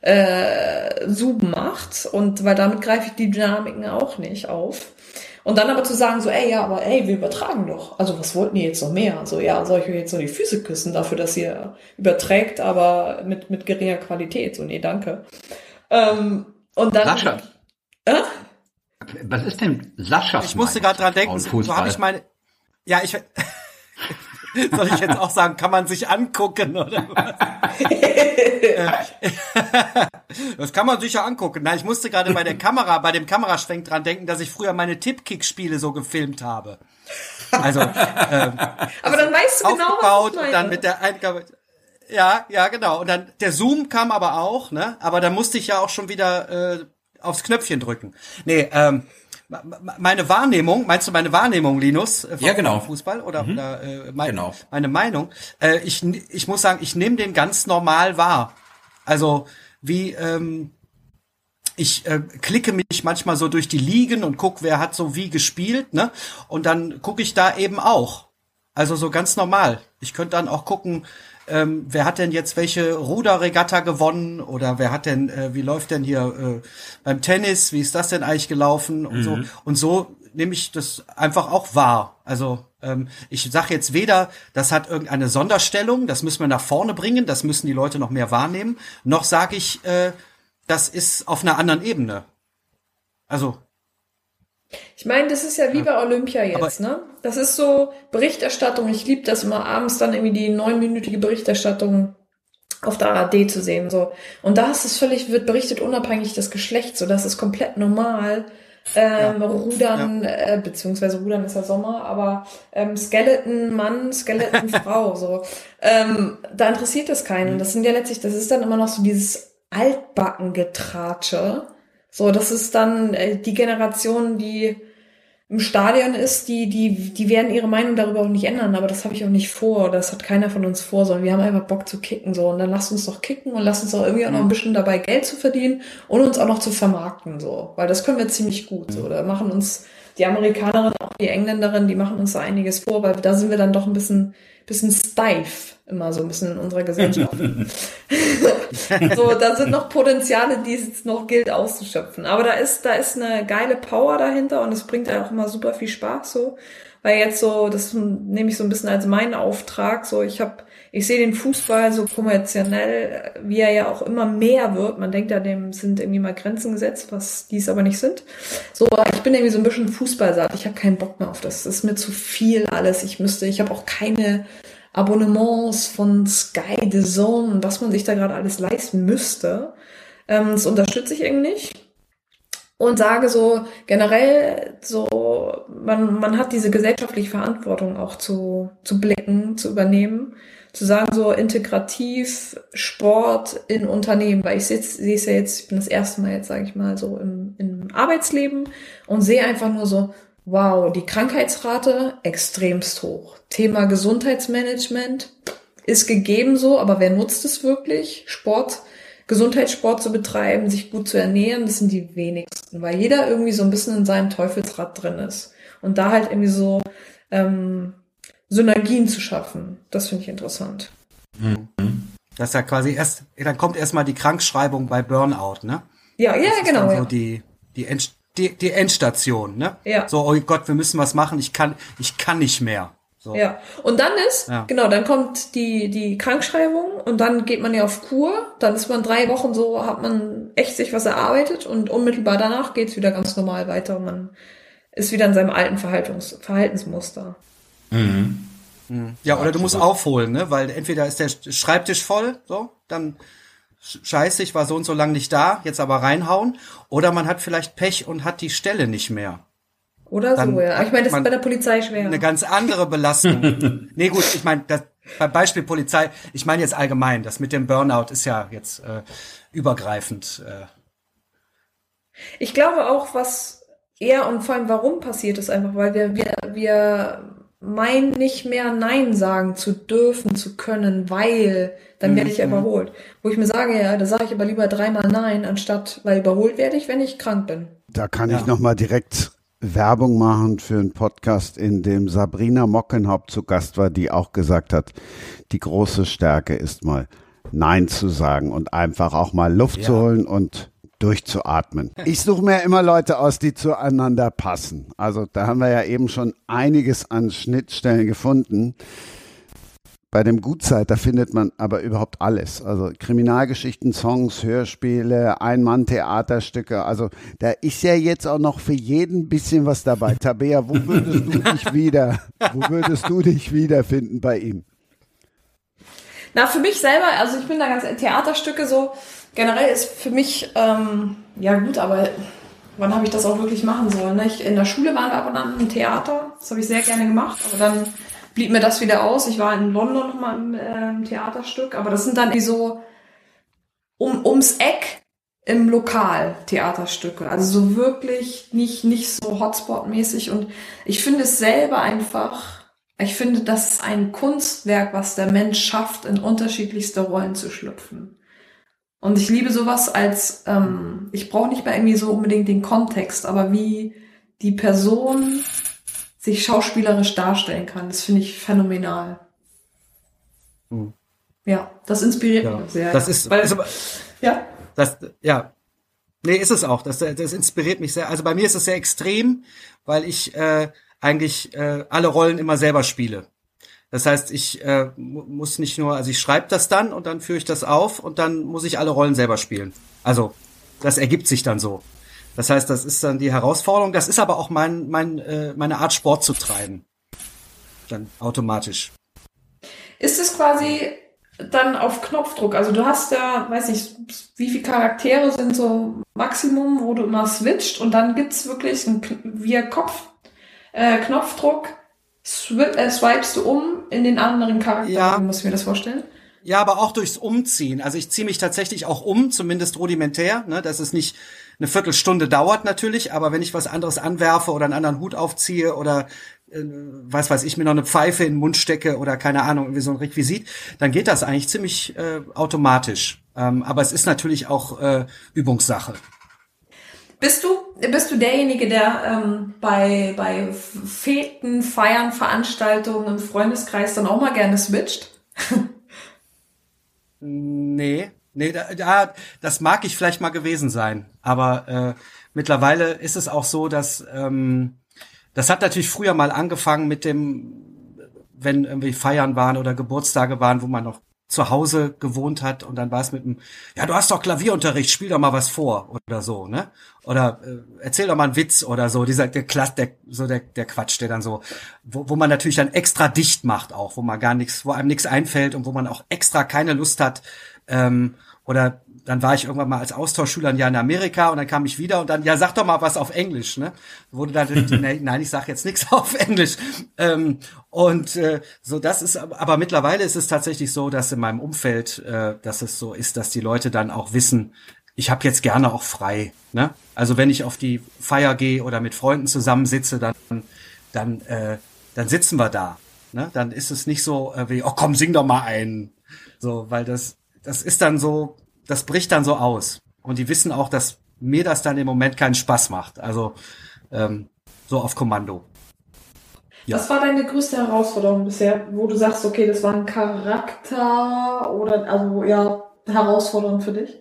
Zoom macht und weil damit greife ich die Dynamiken auch nicht auf. Und dann aber zu sagen so, wir übertragen doch. Also was wollten ihr jetzt noch mehr? So, ja, soll ich euch jetzt noch die Füße küssen dafür, dass ihr überträgt, aber mit geringer Qualität? So, nee, danke. Und dann... Sascha. Was ist denn Saschas? Ich musste gerade dran denken, so habe ich meine... Ja, soll ich jetzt auch sagen, kann man sich angucken, oder was? Das kann man sicher angucken. Nein, ich musste gerade bei dem Kameraschwenk dran denken, dass ich früher meine Tippkick-Spiele so gefilmt habe. Also, aber dann weißt du genau, was ich meine. Und dann mit der Eingabe, ja, genau. Und dann, der Zoom kam aber auch, ne? Aber dann musste ich ja auch schon wieder, aufs Knöpfchen drücken. Nee, meine Wahrnehmung, meinst du meine Wahrnehmung, Linus? Ja, genau. Fußball oder genau. Meine Meinung. Ich muss sagen, ich nehme den ganz normal wahr. Also wie ich klicke mich manchmal so durch die Ligen und guck, wer hat so wie gespielt, ne? Und dann gucke ich da eben auch. Also so ganz normal. Ich könnte dann auch gucken, wer hat denn jetzt welche Ruderregatta gewonnen oder wer hat denn, wie läuft denn hier beim Tennis, wie ist das denn eigentlich gelaufen und so. Und so nehme ich das einfach auch wahr. Also ich sage jetzt weder, das hat irgendeine Sonderstellung, das müssen wir nach vorne bringen, das müssen die Leute noch mehr wahrnehmen, noch sage ich, das ist auf einer anderen Ebene. Also ich meine, das ist ja wie bei Olympia jetzt, ne? Das ist so Berichterstattung. Ich liebe das immer abends dann irgendwie die 9-minütige Berichterstattung auf der ARD zu sehen, so. Und da ist es wird berichtet unabhängig des Geschlechts, so. Das ist komplett normal. Rudern, beziehungsweise Rudern ist ja Sommer, aber Skeleton Mann, Skeleton Frau, so. Da interessiert es keinen. Das ist dann immer noch so dieses Altbackengetratsche. So, das ist dann die Generation, die im Stadion ist, die werden ihre Meinung darüber auch nicht ändern, aber das habe ich auch nicht vor, das hat keiner von uns vor, sondern wir haben einfach Bock zu kicken, so, und dann lasst uns doch kicken und lasst uns auch irgendwie auch noch ein bisschen dabei Geld zu verdienen und uns auch noch zu vermarkten, so, weil das können wir ziemlich gut, so, da machen uns die Amerikanerin, auch die Engländerin, die machen uns da einiges vor, weil da sind wir dann doch ein bisschen steif, immer so ein bisschen in unserer Gesellschaft. So, da sind noch Potenziale, die es noch gilt auszuschöpfen. Aber da ist eine geile Power dahinter und es bringt auch immer super viel Spaß, so. Weil jetzt so, das nehme ich so ein bisschen als meinen Auftrag, so, ich sehe den Fußball so kommerziell, wie er ja auch immer mehr wird. Man denkt ja, dem sind irgendwie mal Grenzen gesetzt, was die es aber nicht sind. So, ich bin irgendwie so ein bisschen Fußballsatt. Ich habe keinen Bock mehr auf das. Das ist mir zu viel alles. Ich habe auch keine Abonnements von Sky, The Zone und was man sich da gerade alles leisten müsste. Das unterstütze ich irgendwie nicht. Und sage so, generell so, man hat diese gesellschaftliche Verantwortung auch zu blicken, zu übernehmen, zu sagen so integrativ Sport in Unternehmen, weil ich sehe es ja jetzt, ich bin das erste Mal jetzt, sage ich mal, so im Arbeitsleben und sehe einfach nur so, wow, die Krankheitsrate extremst hoch. Thema Gesundheitsmanagement ist gegeben so, aber wer nutzt es wirklich? Gesundheitssport zu betreiben, sich gut zu ernähren, das sind die wenigsten, weil jeder irgendwie so ein bisschen in seinem Teufelsrad drin ist. Und da halt irgendwie so Synergien zu schaffen, das finde ich interessant. Das ist ja quasi dann kommt erstmal die Krankschreibung bei Burnout, ne? Ja, das ist genau. Dann so die Endstation, ne? Ja. So, oh Gott, wir müssen was machen, ich kann nicht mehr. So. Ja, und dann dann kommt die Krankschreibung und dann geht man ja auf Kur, dann ist man 3 Wochen so, hat man echt sich was erarbeitet und unmittelbar danach geht's wieder ganz normal weiter und man ist wieder in seinem alten Verhaltensmuster. Mhm. Ja, oder du musst aufholen, ne, weil entweder ist der Schreibtisch voll, so, dann scheiße, ich war so und so lang nicht da, jetzt aber reinhauen, oder man hat vielleicht Pech und hat die Stelle nicht mehr. Oder Dann so, ja. Ich meine, das ist bei der Polizei schwer. Eine ganz andere Belastung. Nee, gut, ich meine, beim Beispiel Polizei, ich meine jetzt allgemein, das mit dem Burnout ist ja jetzt übergreifend. Ich glaube auch, was eher und vor allem warum passiert ist einfach, weil wir meinen nicht mehr Nein sagen zu dürfen, zu können, weil dann werde ich überholt. Wo ich mir sage, ja, da sage ich aber lieber 3-mal Nein, anstatt, weil überholt werde ich, wenn ich krank bin. Da kann ich nochmal direkt Werbung machen für einen Podcast, in dem Sabrina Mockenhaupt zu Gast war, die auch gesagt hat, die große Stärke ist mal Nein zu sagen und einfach auch mal Luft zu holen und durchzuatmen. Ich suche mir immer Leute aus, die zueinander passen. Also da haben wir ja eben schon einiges an Schnittstellen gefunden. Bei dem Gutzeiter findet man aber überhaupt alles. Also Kriminalgeschichten, Songs, Hörspiele, Ein-Mann-Theaterstücke. Also da ist ja jetzt auch noch für jeden ein bisschen was dabei. Tabea, wo würdest du dich wiederfinden bei ihm? Na, für mich selber, also ich bin da ganz Theaterstücke so, generell ist für mich, ja gut, aber wann habe ich das auch wirklich machen sollen? Ne? In der Schule waren wir aber dann im Theater, das habe ich sehr gerne gemacht, aber dann blieb mir das wieder aus. Ich war in London nochmal im Theaterstück, aber das sind dann irgendwie so ums Eck im Lokal Theaterstücke, also so wirklich nicht so Hotspot-mäßig und ich finde es selber einfach, ich finde, das ist ein Kunstwerk, was der Mensch schafft, in unterschiedlichste Rollen zu schlüpfen. Und ich liebe sowas als, ich brauche nicht mehr irgendwie so unbedingt den Kontext, aber wie die Person sich schauspielerisch darstellen kann, das finde ich phänomenal. Mhm. Ja, das inspiriert mich sehr. Das ist, nee, ist es auch. Das inspiriert mich sehr. Also bei mir ist es sehr extrem, weil ich eigentlich alle Rollen immer selber spiele. Das heißt, ich muss nicht nur, also ich schreibe das dann und dann führe ich das auf und dann muss ich alle Rollen selber spielen. Also das ergibt sich dann so. Das heißt, das ist dann die Herausforderung. Das ist aber auch meine Art, Sport zu treiben. Dann automatisch. Ist es quasi dann auf Knopfdruck? Also du hast ja, weiß nicht, wie viele Charaktere sind so Maximum, wo du immer switcht und dann gibt's wirklich via Knopfdruck swipest du um in den anderen Charakter. Ja. Muss ich mir das vorstellen? Ja, aber auch durchs Umziehen. Also ich ziehe mich tatsächlich auch um, zumindest rudimentär, ne, dass es nicht eine Viertelstunde dauert natürlich, aber wenn ich was anderes anwerfe oder einen anderen Hut aufziehe oder was weiß ich, mir noch eine Pfeife in den Mund stecke oder keine Ahnung, irgendwie so ein Requisit, dann geht das eigentlich ziemlich automatisch. Aber es ist natürlich auch Übungssache. Bist du derjenige, der bei Feten, Feiern, Veranstaltungen im Freundeskreis dann auch mal gerne switcht? Nee, das mag ich vielleicht mal gewesen sein. Aber mittlerweile ist es auch so, dass das hat natürlich früher mal angefangen mit dem, wenn irgendwie Feiern waren oder Geburtstage waren, wo man noch zu Hause gewohnt hat und dann war es mit dem, ja, du hast doch Klavierunterricht, spiel doch mal was vor oder so, ne? Oder erzähl doch mal einen Witz oder so, der Quatsch, der dann so, wo man natürlich dann extra dicht macht auch, wo einem nichts einfällt und wo man auch extra keine Lust hat, oder dann war ich irgendwann mal als Austauschschüler ein Jahr in Amerika und dann kam ich wieder und dann, ja, sag doch mal was auf Englisch, ne? Wurde dann, nein, ich sag jetzt nichts auf Englisch. So, das ist, aber mittlerweile ist es tatsächlich so, dass in meinem Umfeld, dass es so ist, dass die Leute dann auch wissen, ich habe jetzt gerne auch frei, ne? Also wenn ich auf die Feier gehe oder mit Freunden zusammensitze, dann sitzen wir da, ne? Dann ist es nicht so wie, oh komm, sing doch mal einen. So, weil das ist dann so, das bricht dann so aus. Und die wissen auch, dass mir das dann im Moment keinen Spaß macht. Also so auf Kommando. Ja. Was war deine größte Herausforderung bisher, wo du sagst, okay, das war ein Charakter oder also ja, Herausforderung für dich?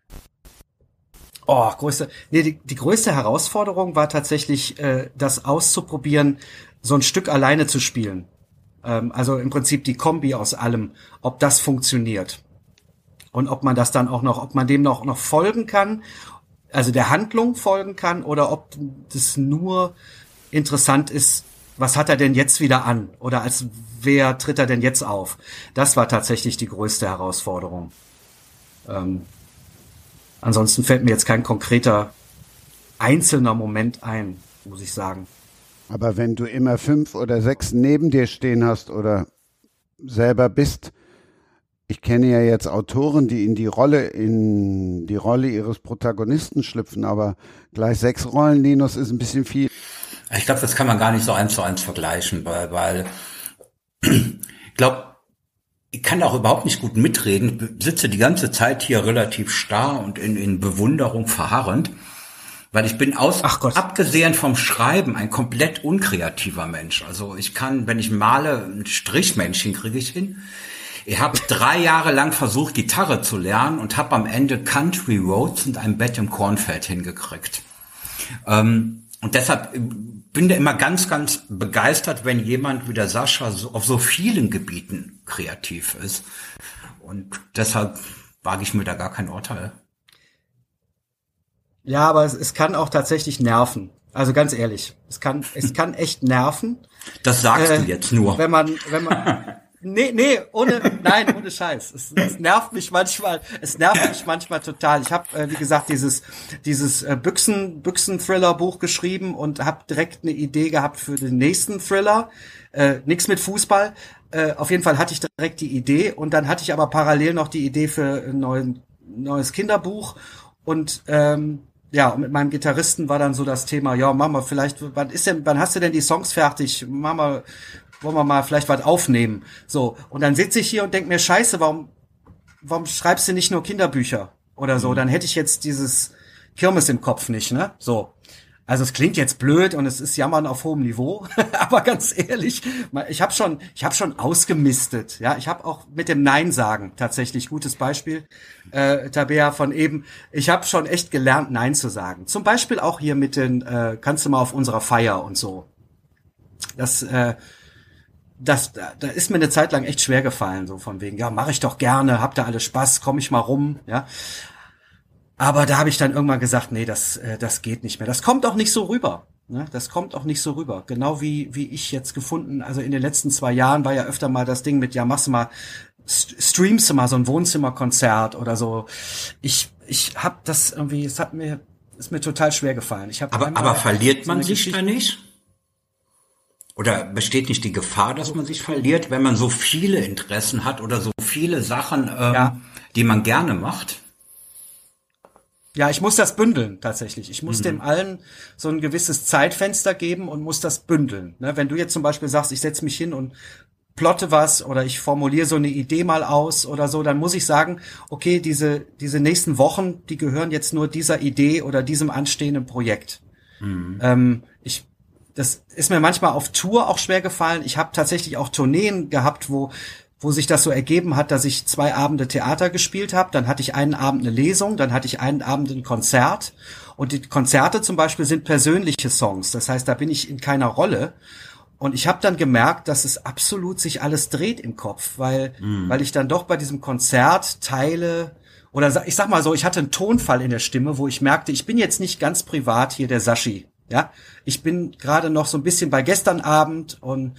Die größte Herausforderung war tatsächlich, das auszuprobieren, so ein Stück alleine zu spielen. Also im Prinzip die Kombi aus allem, ob das funktioniert. Und ob man das dann auch noch, ob man dem noch folgen kann, also der Handlung folgen kann, oder ob das nur interessant ist, was hat er denn jetzt wieder an? Oder als wer tritt er denn jetzt auf? Das war tatsächlich die größte Herausforderung. Ansonsten fällt mir jetzt kein konkreter einzelner Moment ein, muss ich sagen. Aber wenn du immer 5 oder 6 neben dir stehen hast oder selber bist, ich kenne ja jetzt Autoren, die in die Rolle ihres Protagonisten schlüpfen, aber gleich 6 Rollen, Linus, ist ein bisschen viel. Ich glaube, das kann man gar nicht so 1:1 vergleichen, weil ich glaube, ich kann auch überhaupt nicht gut mitreden. Ich sitze die ganze Zeit hier relativ starr und in Bewunderung verharrend, weil ich bin abgesehen vom Schreiben ein komplett unkreativer Mensch. Also ich kann, wenn ich male, ein Strichmännchen kriege ich hin. Ich habe 3 Jahre lang versucht, Gitarre zu lernen und habe am Ende Country Roads und ein Bett im Kornfeld hingekriegt. Und deshalb bin ich immer ganz, ganz begeistert, wenn jemand wie der Sascha auf so vielen Gebieten kreativ ist. Und deshalb wage ich mir da gar kein Urteil. Ja, aber es kann auch tatsächlich nerven. Also ganz ehrlich, es kann echt nerven. Das sagst du jetzt nur. Wenn man ohne Scheiß. Es nervt mich manchmal. Es nervt mich manchmal total. Ich habe, wie gesagt, dieses Büchsen-Thriller-Buch geschrieben und habe direkt eine Idee gehabt für den nächsten Thriller. Nix mit Fußball. Auf jeden Fall hatte ich direkt die Idee und dann hatte ich aber parallel noch die Idee für ein neues Kinderbuch und und mit meinem Gitarristen war dann so das Thema, ja, Mama, vielleicht, wann hast du denn die Songs fertig? Mama, wollen wir mal vielleicht was aufnehmen? So, und dann sitze ich hier und denk mir, scheiße, warum schreibst du nicht nur Kinderbücher oder so? Dann hätte ich jetzt dieses Kirmes im Kopf nicht, ne? So. Also es klingt jetzt blöd und es ist Jammern auf hohem Niveau, aber ganz ehrlich, ich habe schon ausgemistet, ja, ich habe auch mit dem Nein sagen tatsächlich gutes Beispiel, Tabea von eben, ich habe schon echt gelernt Nein zu sagen. Zum Beispiel auch hier mit den kannst du mal auf unserer Feier und so. Da ist mir eine Zeit lang echt schwer gefallen, so von wegen, ja, mache ich doch gerne, habt ihr alle Spaß, komm ich mal rum, ja. Aber da habe ich dann irgendwann gesagt, nee, das geht nicht mehr. Das kommt auch nicht so rüber. Ne? Das kommt auch nicht so rüber. Genau wie ich jetzt gefunden, also in den letzten 2 Jahren war ja öfter mal das Ding mit, ja, machst du mal, streamst du mal so ein Wohnzimmerkonzert oder so. Ich habe das irgendwie, ist mir total schwer gefallen. Aber verliert man sich da nicht? Oder besteht nicht die Gefahr, dass man sich verliert, wenn man so viele Interessen hat oder so viele Sachen, die man gerne macht? Ja, ich muss das bündeln, tatsächlich. Ich muss dem allen so ein gewisses Zeitfenster geben und muss das bündeln. Ne? Wenn du jetzt zum Beispiel sagst, ich setze mich hin und plotte was oder ich formuliere so eine Idee mal aus oder so, dann muss ich sagen, okay, diese nächsten Wochen, die gehören jetzt nur dieser Idee oder diesem anstehenden Projekt. Das ist mir manchmal auf Tour auch schwer gefallen. Ich habe tatsächlich auch Tourneen gehabt, wo sich das so ergeben hat, dass ich 2 Abende Theater gespielt habe. Dann hatte ich einen Abend eine Lesung, dann hatte ich einen Abend ein Konzert. Und die Konzerte zum Beispiel sind persönliche Songs. Das heißt, da bin ich in keiner Rolle. Und ich habe dann gemerkt, dass es absolut sich alles dreht im Kopf, weil ich dann doch bei diesem Konzert teile, oder ich sag mal so, ich hatte einen Tonfall in der Stimme, wo ich merkte, ich bin jetzt nicht ganz privat hier der Saschi. Ja, ich bin gerade noch so ein bisschen bei gestern Abend und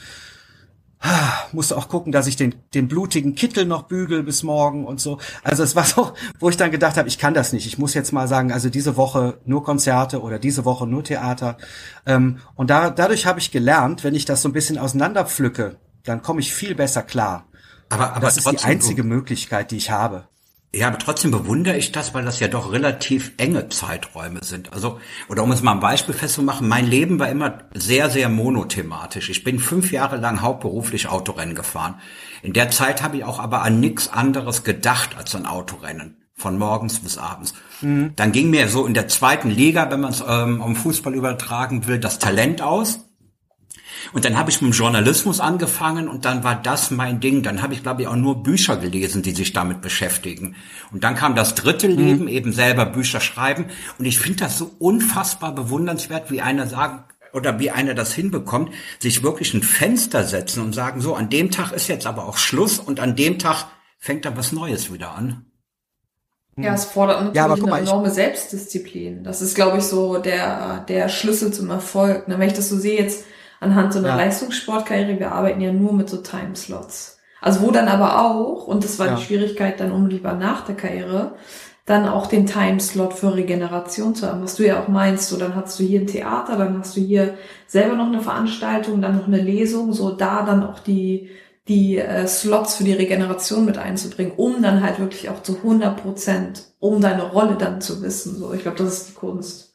musste auch gucken, dass ich den blutigen Kittel noch bügel bis morgen und so. Also es war so, wo ich dann gedacht habe, ich kann das nicht. Ich muss jetzt mal sagen, also diese Woche nur Konzerte oder diese Woche nur Theater. Und dadurch habe ich gelernt, wenn ich das so ein bisschen auseinanderpflücke, dann komme ich viel besser klar. Aber das ist die einzige Möglichkeit, die ich habe. Ja, aber trotzdem bewundere ich das, weil das ja doch relativ enge Zeiträume sind. Also, oder um es mal ein Beispiel festzumachen, mein Leben war immer sehr, sehr monothematisch. Ich bin 5 Jahre lang hauptberuflich Autorennen gefahren. In der Zeit habe ich auch aber an nichts anderes gedacht als an Autorennen. Von morgens bis abends. Dann ging mir so in der 2. Liga, wenn man es am Fußball übertragen will, das Talent aus. Und dann habe ich mit dem Journalismus angefangen und dann war das mein Ding. Dann habe ich, glaube ich, auch nur Bücher gelesen, die sich damit beschäftigen. Und dann kam das 3. Leben, eben selber Bücher schreiben. Und ich finde das so unfassbar bewundernswert, wie einer das hinbekommt, sich wirklich ein Fenster setzen und sagen, so, an dem Tag ist jetzt aber auch Schluss und an dem Tag fängt dann was Neues wieder an. Ja, es fordert natürlich eine enorme Selbstdisziplin. Das ist, glaube ich, so der Schlüssel zum Erfolg. Wenn ich das so sehe jetzt, anhand so einer Leistungssportkarriere, wir arbeiten ja nur mit so Timeslots. Also wo dann aber auch, und das war die Schwierigkeit dann unmittelbar nach der Karriere, dann auch den Timeslot für Regeneration zu haben, was du ja auch meinst, so dann hast du hier ein Theater, dann hast du hier selber noch eine Veranstaltung, dann noch eine Lesung, so da dann auch die Slots für die Regeneration mit einzubringen, um dann halt wirklich auch zu 100%, um deine Rolle dann zu wissen, so. Ich glaube, das ist die Kunst.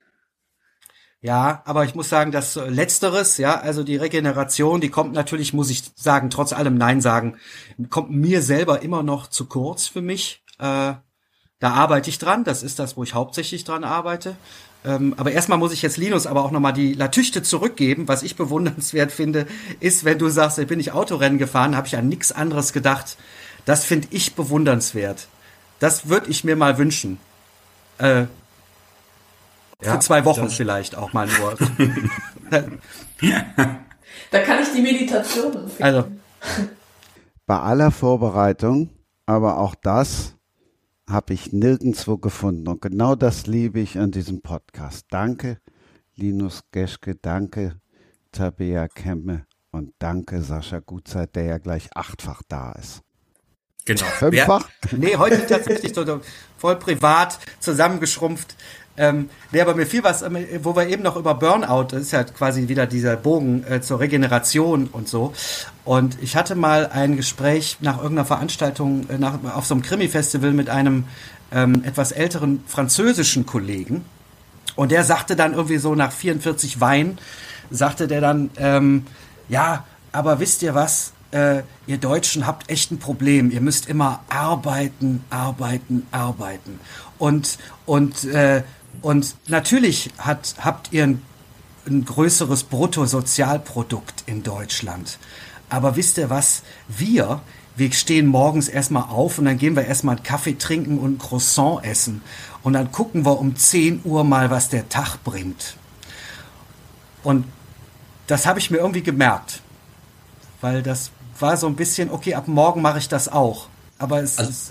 Ja, aber ich muss sagen, dass Letzteres, ja, also die Regeneration, die kommt natürlich, muss ich sagen, trotz allem Nein sagen, kommt mir selber immer noch zu kurz für mich. Da arbeite ich dran, das ist das, wo ich hauptsächlich dran arbeite. Aber erstmal muss ich jetzt Linus aber auch nochmal die Latüchte zurückgeben. Was ich bewundernswert finde, ist, wenn du sagst, ich bin nicht Autorennen gefahren, habe ich an nichts anderes gedacht. Das finde ich bewundernswert. Das würde ich mir mal wünschen. Für 2 Wochen vielleicht auch mal nur. Da kann ich die Meditation empfehlen. Also. Bei aller Vorbereitung, aber auch das habe ich nirgendwo gefunden. Und genau das liebe ich an diesem Podcast. Danke, Linus Geschke, danke, Tabea Kemme und danke, Sascha Gutzeit, der ja gleich 8-fach da ist. Genau. 5-fach? Nee, heute tatsächlich so voll privat zusammengeschrumpft. Aber mir fiel was, wo wir eben noch über Burnout, das ist ja quasi wieder dieser Bogen zur Regeneration und so. Und ich hatte mal ein Gespräch nach irgendeiner Veranstaltung auf so einem Krimi-Festival mit einem etwas älteren französischen Kollegen. Und der sagte dann irgendwie so nach 44 Wein, sagte der dann, ja, aber wisst ihr was? Ihr Deutschen habt echt ein Problem. Ihr müsst immer arbeiten. Und natürlich habt ihr ein größeres Bruttosozialprodukt in Deutschland. Aber wisst ihr was? Wir stehen morgens erstmal auf und dann gehen wir erstmal einen Kaffee trinken und ein Croissant essen. Und dann gucken wir um 10 Uhr mal, was der Tag bringt. Und das habe ich mir irgendwie gemerkt. Weil das war so ein bisschen, okay, ab morgen mache ich das auch. Aber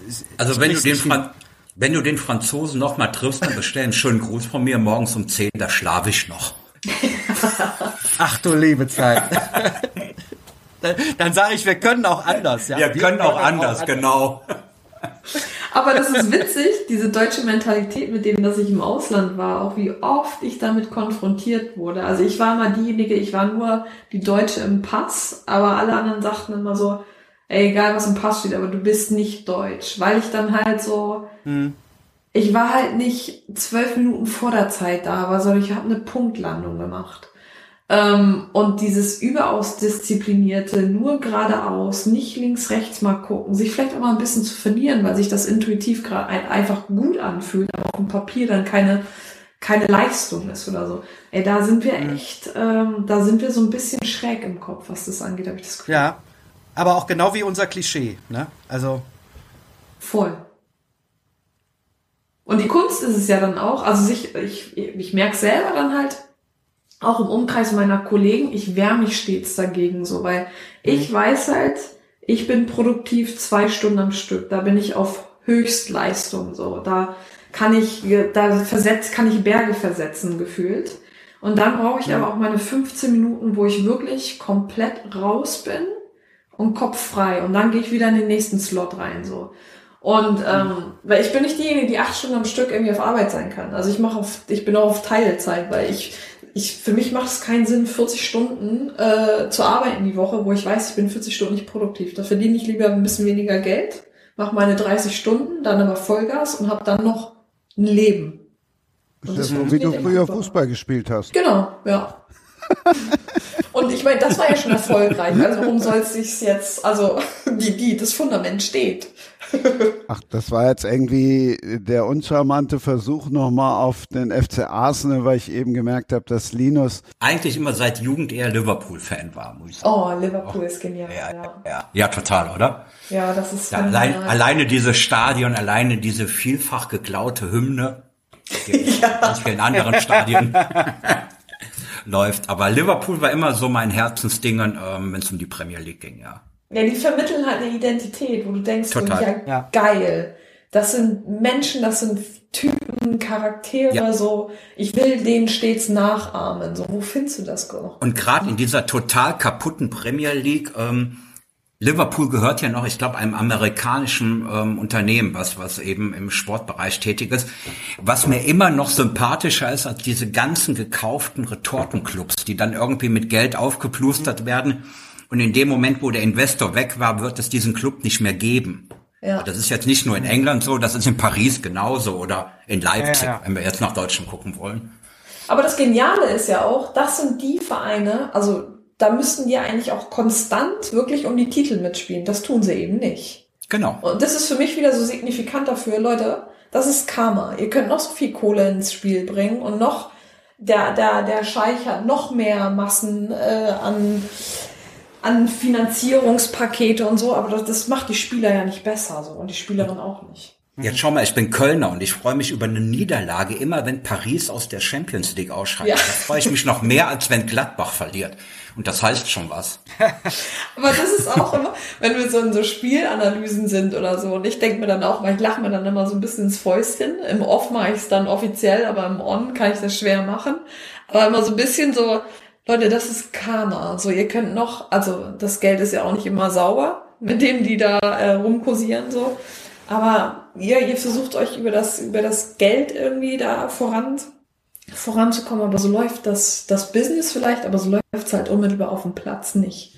wenn du den Franzosen noch mal triffst, dann bestell einen schönen Gruß von mir morgens um 10, da schlafe ich noch. Ach du liebe Zeit. Dann sage ich, wir können auch anders. Ja? Wir können auch anders, genau. Aber das ist witzig, diese deutsche Mentalität, mit dem, dass ich im Ausland war, auch wie oft ich damit konfrontiert wurde. Also ich war mal diejenige, ich war nur die Deutsche im Pass, aber alle anderen sagten immer so, ey, egal was im Pass steht, aber du bist nicht deutsch. Weil ich dann halt so, ich war halt nicht 12 Minuten vor der Zeit da, aber sondern ich habe eine Punktlandung gemacht. Und dieses überaus disziplinierte, nur geradeaus, nicht links, rechts mal gucken, sich vielleicht auch mal ein bisschen zu verlieren, weil sich das intuitiv gerade einfach gut anfühlt, aber auf dem Papier dann keine Leistung ist oder so. Ey, da sind wir echt, da sind wir so ein bisschen schräg im Kopf, was das angeht, habe ich das Gefühl. Ja, aber auch genau wie unser Klischee, ne? Also. Voll. Und die Kunst ist es ja dann auch, also ich merke selber dann halt, auch im Umkreis meiner Kollegen, ich wehre mich stets dagegen so, weil ich weiß halt, ich bin produktiv 2 Stunden am Stück, da bin ich auf Höchstleistung so, da kann ich Berge versetzen gefühlt und dann brauche ich aber auch meine 15 Minuten, wo ich wirklich komplett raus bin und Kopf frei und dann gehe ich wieder in den nächsten Slot rein so. Und weil ich bin nicht diejenige, die 8 Stunden am Stück irgendwie auf Arbeit sein kann. Also ich bin auch auf Teilzeit, weil für mich macht es keinen Sinn, 40 Stunden zu arbeiten die Woche, wo ich weiß, ich bin 40 Stunden nicht produktiv. Da verdiene ich lieber ein bisschen weniger Geld, mache meine 30 Stunden, dann aber Vollgas und habe dann noch ein Leben. Und das ist so, wie du früher Fußball gespielt hast. Genau, ja. Und ich meine, das war ja schon erfolgreich. Also warum soll es sich jetzt, also das Fundament steht. Ach, das war jetzt irgendwie der uncharmante Versuch nochmal auf den FC Arsenal, weil ich eben gemerkt habe, dass Linus eigentlich immer seit Jugend eher Liverpool-Fan war, muss ich sagen. Oh, Liverpool ist genial. Ja, total, oder? Ja, das ist alleine dieses Stadion, alleine diese vielfach geklaute Hymne, die in ganz vielen anderen Stadien läuft. Aber Liverpool war immer so mein Herzensding, wenn es um die Premier League ging, ja. Ja, die vermitteln halt eine Identität, wo du denkst, total. Geil. Das sind Menschen, das sind Typen, Charaktere, so. Ich will denen stets nachahmen. So, wo findest du das noch? Und gerade in dieser total kaputten Premier League, Liverpool gehört ja noch, ich glaube, einem amerikanischen Unternehmen, was eben im Sportbereich tätig ist, was mir immer noch sympathischer ist als diese ganzen gekauften Retortenclubs, die dann irgendwie mit Geld aufgeplustert werden. Und in dem Moment, wo der Investor weg war, wird es diesen Club nicht mehr geben. Ja. Das ist jetzt nicht nur in England so, das ist in Paris genauso oder in Leipzig, wenn wir jetzt nach Deutschland gucken wollen. Aber das Geniale ist ja auch, das sind die Vereine, also da müssten die eigentlich auch konstant wirklich um die Titel mitspielen. Das tun sie eben nicht. Genau. Und das ist für mich wieder so signifikant dafür, Leute, das ist Karma. Ihr könnt noch so viel Kohle ins Spiel bringen und noch der Scheich hat noch mehr Massen an Finanzierungspakete und so, aber das macht die Spieler ja nicht besser so und die Spielerin auch nicht. Jetzt schau mal, ich bin Kölner und ich freue mich über eine Niederlage immer, wenn Paris aus der Champions League ausscheidet. Ja. Da freue ich mich noch mehr, als wenn Gladbach verliert. Und das heißt schon was. Aber das ist auch immer, wenn wir so in so Spielanalysen sind oder so, und ich denke mir dann auch, weil ich lache mir dann immer so ein bisschen ins Fäustchen. Im Off mache ich es dann offiziell, aber im On kann ich das schwer machen. Aber immer so ein bisschen so, Leute, das ist Karma. So, ihr könnt noch, also das Geld ist ja auch nicht immer sauber, mit dem die da rumkursieren so. Aber ihr versucht euch über das Geld irgendwie da voranzukommen, aber so läuft das Business vielleicht, aber so läuft es halt unmittelbar auf dem Platz nicht.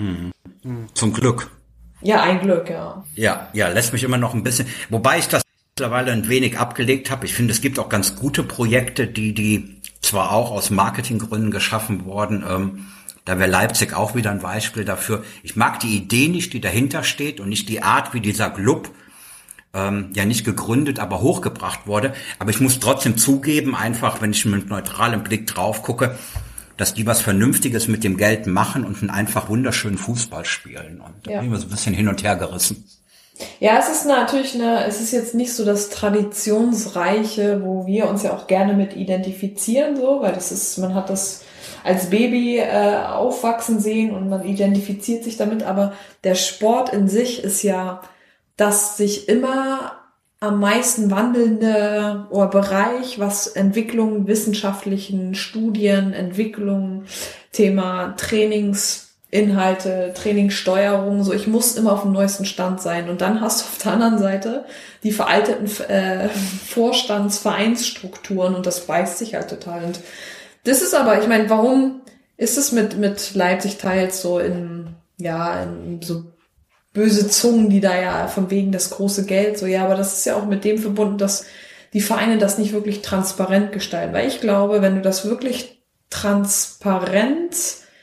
Zum Glück. Ja, ein Glück, ja. Ja, lässt mich immer noch ein bisschen, wobei ich das mittlerweile ein wenig abgelegt habe. Ich finde, es gibt auch ganz gute Projekte, die zwar auch aus Marketinggründen geschaffen wurden, da wäre Leipzig auch wieder ein Beispiel dafür. Ich mag die Idee nicht, die dahinter steht und nicht die Art, wie dieser Club ja nicht gegründet, aber hochgebracht wurde. Aber ich muss trotzdem zugeben, einfach, wenn ich mit neutralem Blick drauf gucke, dass die was Vernünftiges mit dem Geld machen und einen einfach wunderschönen Fußball spielen. Und da bin ich mir so ein bisschen hin und her gerissen. Ja, es ist natürlich es ist jetzt nicht so das Traditionsreiche, wo wir uns ja auch gerne mit identifizieren, so, weil man hat das als Baby aufwachsen sehen und man identifiziert sich damit, aber der Sport in sich ist ja das sich immer am meisten wandelnde Bereich, was Entwicklung, wissenschaftlichen Studien, Entwicklung, Thema Trainingsinhalte, Trainingssteuerung, so ich muss immer auf dem neuesten Stand sein. Und dann hast du auf der anderen Seite die veralteten Vorstandsvereinsstrukturen und das beißt sich halt total. Und das ist aber, ich meine, warum ist es mit Leipzig teils so in so böse Zungen, die da ja von wegen das große Geld, so ja, aber das ist ja auch mit dem verbunden, dass die Vereine das nicht wirklich transparent gestalten. Weil ich glaube, wenn du das wirklich transparent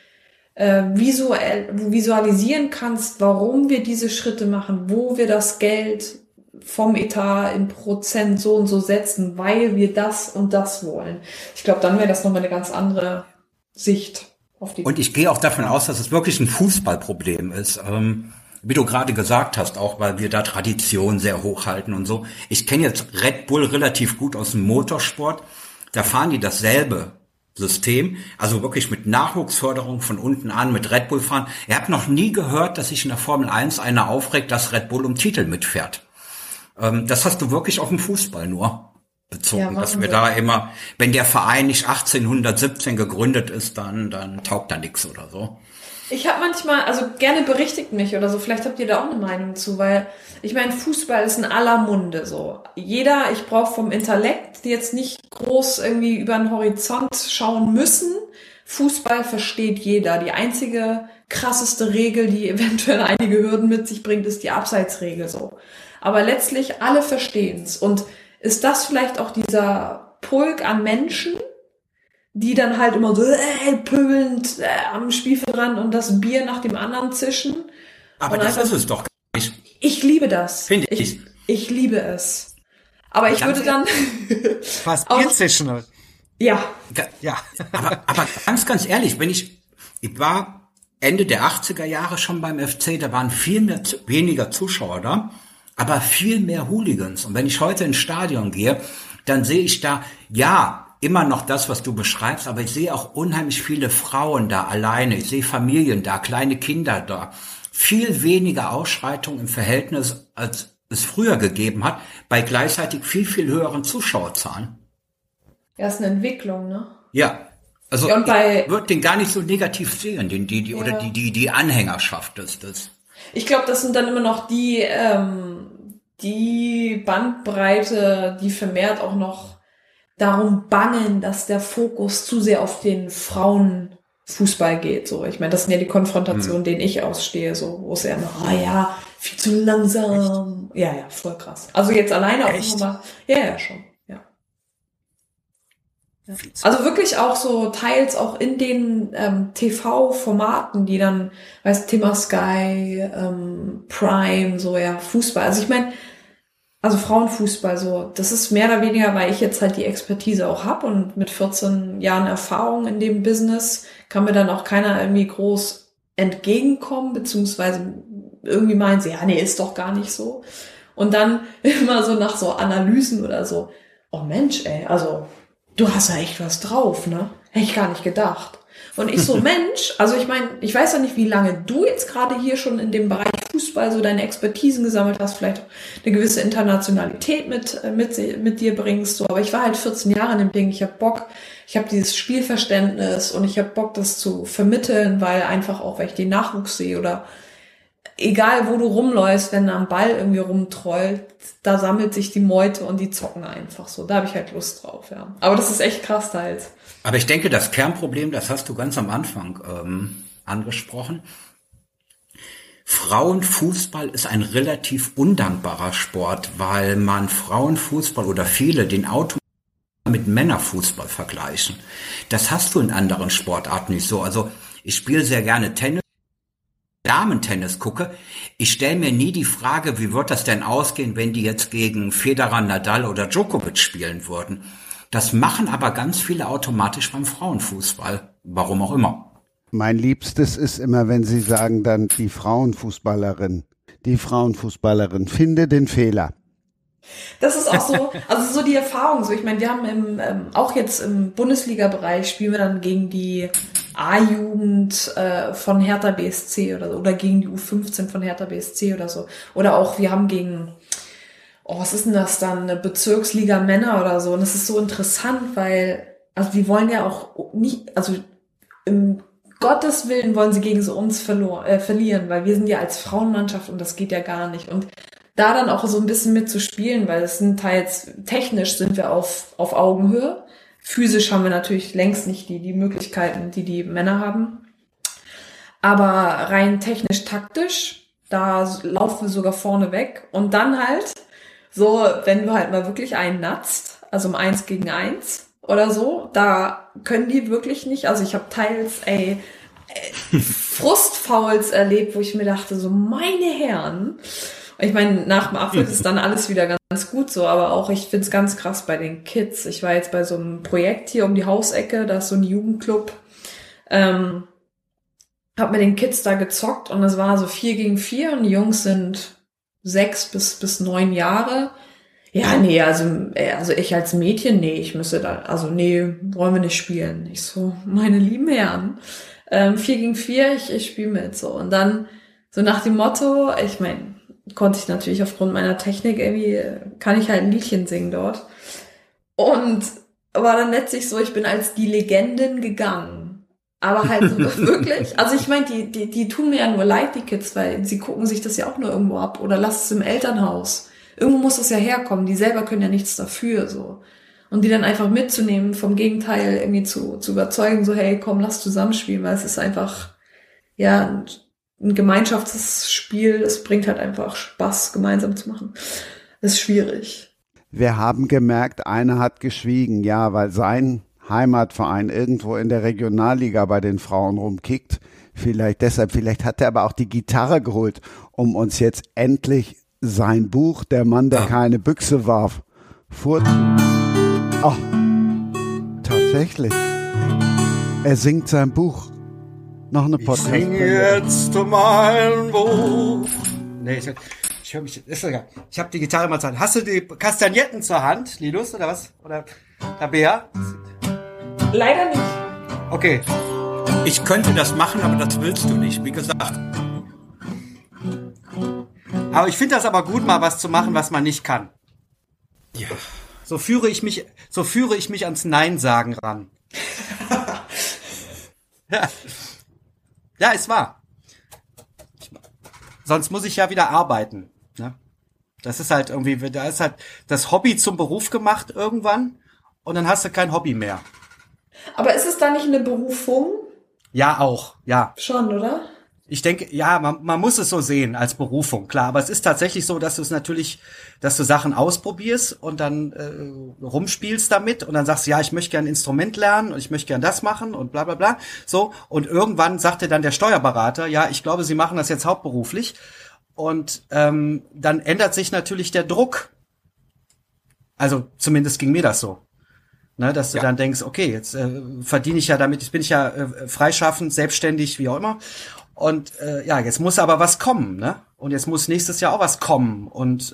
visualisieren kannst, warum wir diese Schritte machen, wo wir das Geld vom Etat in Prozent so und so setzen, weil wir das und das wollen. Ich glaube, dann wäre das nochmal eine ganz andere Sicht auf die. Und ich gehe auch davon aus, dass es wirklich ein Fußballproblem ist. Wie du gerade gesagt hast, auch weil wir da Tradition sehr hochhalten und so. Ich kenne jetzt Red Bull relativ gut aus dem Motorsport. Da fahren die dasselbe System, also wirklich mit Nachwuchsförderung von unten an, mit Red Bull fahren. Ihr habt noch nie gehört, dass sich in der Formel 1 einer aufregt, dass Red Bull um Titel mitfährt. Das hast du wirklich auf dem Fußball nur bezogen, ja, dass wir da immer, wenn der Verein nicht 1817 gegründet ist, dann taugt da nichts oder so. Ich habe manchmal, also gerne berichtigt mich oder so, vielleicht habt ihr da auch eine Meinung zu, weil ich meine, Fußball ist in aller Munde so. Ich brauche vom Intellekt jetzt nicht groß irgendwie über den Horizont schauen müssen. Fußball versteht jeder. Die einzige krasseste Regel, die eventuell einige Hürden mit sich bringt, ist die Abseitsregel so. Aber letztlich alle verstehen's. Und ist das vielleicht auch dieser Pulk an Menschen, die dann halt immer so pöbelnd am Spielfeldrand und das Bier nach dem anderen zischen. Aber das ist es doch gar nicht. Ich liebe das. Finde ich. Ich liebe es. Aber ich würde dann... Was, Bier zischen? Ja. Aber ganz ehrlich, ich war Ende der 80er Jahre schon beim FC, da waren weniger Zuschauer da, aber viel mehr Hooligans. Und wenn ich heute ins Stadion gehe, dann sehe ich da, immer noch das, was du beschreibst, aber ich sehe auch unheimlich viele Frauen da alleine. Ich sehe Familien da, kleine Kinder da. Viel weniger Ausschreitungen im Verhältnis, als es früher gegeben hat, bei gleichzeitig viel höheren Zuschauerzahlen. Ja, ist eine Entwicklung, ne? Ja. Also ja, ich würde den gar nicht so negativ sehen, die Anhängerschaft des. Ich glaube, das sind dann immer noch die Bandbreite, die vermehrt auch noch darum bangen, dass der Fokus zu sehr auf den Frauenfußball geht. So, ich meine, das sind ja die Konfrontationen, denen ich ausstehe, so, wo es ja noch, viel zu langsam. Echt? Ja, voll krass. Also jetzt alleine auch nochmal. Ja, schon. Ja. Also wirklich auch so teils auch in den TV-Formaten, die dann, Thema Sky, Prime, so Fußball. Also ich meine, also Frauenfußball so, das ist mehr oder weniger, weil ich jetzt halt die Expertise auch habe und mit 14 Jahren Erfahrung in dem Business kann mir dann auch keiner irgendwie groß entgegenkommen, beziehungsweise irgendwie meinen sie, ja, nee, ist doch gar nicht so. Und dann immer so nach so Analysen oder so, oh Mensch, ey, also du hast ja echt was drauf, ne? Hätte ich gar nicht gedacht. Und ich so, Mensch, also ich meine, ich weiß ja nicht, wie lange du jetzt gerade hier schon in dem Bereich Fußball so deine Expertisen gesammelt hast, vielleicht eine gewisse Internationalität mit dir bringst, so. Aber ich war halt 14 Jahre in dem Ding, ich habe Bock, ich habe dieses Spielverständnis und ich habe Bock, das zu vermitteln, weil einfach auch, weil ich den Nachwuchs sehe oder egal, wo du rumläufst, wenn am Ball irgendwie rumtrollt, da sammelt sich die Meute und die zocken einfach so. Da habe ich halt Lust drauf, ja. Aber das ist echt krass halt. Aber ich denke, das Kernproblem, das hast du ganz am Anfang angesprochen. Frauenfußball ist ein relativ undankbarer Sport, weil man Frauenfußball oder viele den Auto mit Männerfußball vergleichen. Das hast du in anderen Sportarten nicht so. Also ich spiele sehr gerne Tennis. Damentennis gucke, ich stelle mir nie die Frage, wie wird das denn ausgehen, wenn die jetzt gegen Federer, Nadal oder Djokovic spielen würden. Das machen aber ganz viele automatisch beim Frauenfußball, warum auch immer. Mein Liebstes ist immer, wenn Sie sagen dann die Frauenfußballerin, finde den Fehler. Das ist auch so, also so die Erfahrung so. Ich meine, wir haben auch jetzt im Bundesliga-Bereich spielen wir dann gegen die A-Jugend von Hertha BSC oder so, oder gegen die U15 von Hertha BSC oder so. Oder auch wir haben gegen, was ist denn das dann, eine Bezirksliga Männer oder so. Und das ist so interessant, weil, also die wollen ja auch nicht, also im Gottes Willen wollen sie gegen so uns verlieren, weil wir sind ja als Frauenmannschaft und das geht ja gar nicht. Und da dann auch so ein bisschen mitzuspielen, weil es sind teils, technisch sind wir auf Augenhöhe. Physisch haben wir natürlich längst nicht die Möglichkeiten, die Männer haben. Aber rein technisch-taktisch, da laufen wir sogar vorne weg. Und dann halt, so, wenn du halt mal wirklich einen natzt, also im 1 gegen 1 oder so, da können die wirklich nicht, also ich habe teils, Frustfouls erlebt, wo ich mir dachte, so meine Herren. Ich meine, nach dem Abpfiff ist dann alles wieder ganz gut so, aber auch ich find's ganz krass bei den Kids. Ich war jetzt bei so einem Projekt hier um die Hausecke, da ist so ein Jugendclub, hab mit den Kids da gezockt und es war so 4 gegen 4 und die Jungs sind 6 bis 9 Jahre. Ja, nee, also ich als Mädchen, nee, ich müsste da, also nee, wollen wir nicht spielen. Ich so, meine lieben Herren, 4 gegen 4, ich spiele mit, so. Und dann so nach dem Motto, ich meine, konnte ich natürlich aufgrund meiner Technik irgendwie, kann ich halt ein Liedchen singen dort. Und war dann letztlich so, ich bin als die Legendin gegangen. Aber halt so wirklich, also ich meine, die tun mir ja nur leid, die Kids, weil sie gucken sich das ja auch nur irgendwo ab oder lass es im Elternhaus. Irgendwo muss das ja herkommen, die selber können ja nichts dafür, so. Und die dann einfach mitzunehmen, vom Gegenteil irgendwie zu überzeugen, so hey, komm, lass zusammenspielen, weil es ist einfach, ja, ein Gemeinschaftsspiel, es bringt halt einfach Spaß, gemeinsam zu machen. Das ist schwierig. Wir haben gemerkt, einer hat geschwiegen, ja, weil sein Heimatverein irgendwo in der Regionalliga bei den Frauen rumkickt. Vielleicht deshalb, vielleicht hat er aber auch die Gitarre geholt, um uns jetzt endlich sein Buch, Der Mann, der keine Büchse warf, Oh, tatsächlich. Er singt sein Buch. Noch eine Podcast. Ich singe jetzt mein Buch. Nee, ich höre mich, ist egal. Ich habe die Gitarre mal zur Hand. Hast du die Kastagnetten zur Hand, Linus, oder was? Oder Tabea? Leider nicht. Okay. Ich könnte das machen, aber das willst du nicht, wie gesagt. Aber ich finde das aber gut, mal was zu machen, was man nicht kann. Ja. So führe ich mich ans Nein sagen ran. Ja, ist wahr. Sonst muss ich ja wieder arbeiten. Ne? Das ist halt irgendwie, da ist halt das Hobby zum Beruf gemacht irgendwann und dann hast du kein Hobby mehr. Aber ist es da nicht eine Berufung? Ja, auch, ja. Schon, oder? Ich denke, ja, man muss es so sehen als Berufung, klar. Aber es ist tatsächlich so, dass du Sachen ausprobierst und dann rumspielst damit und dann sagst du, ja, ich möchte gerne ein Instrument lernen und ich möchte gerne das machen und bla bla bla. So, und irgendwann sagt dir dann der Steuerberater, ja, ich glaube, Sie machen das jetzt hauptberuflich. Und dann ändert sich natürlich der Druck. Also zumindest ging mir das so. Ne, dass du dann denkst, okay, jetzt verdiene ich ja damit, jetzt bin ich ja freischaffend, selbstständig, wie auch immer. Und jetzt muss aber was kommen, ne? Und jetzt muss nächstes Jahr auch was kommen. Und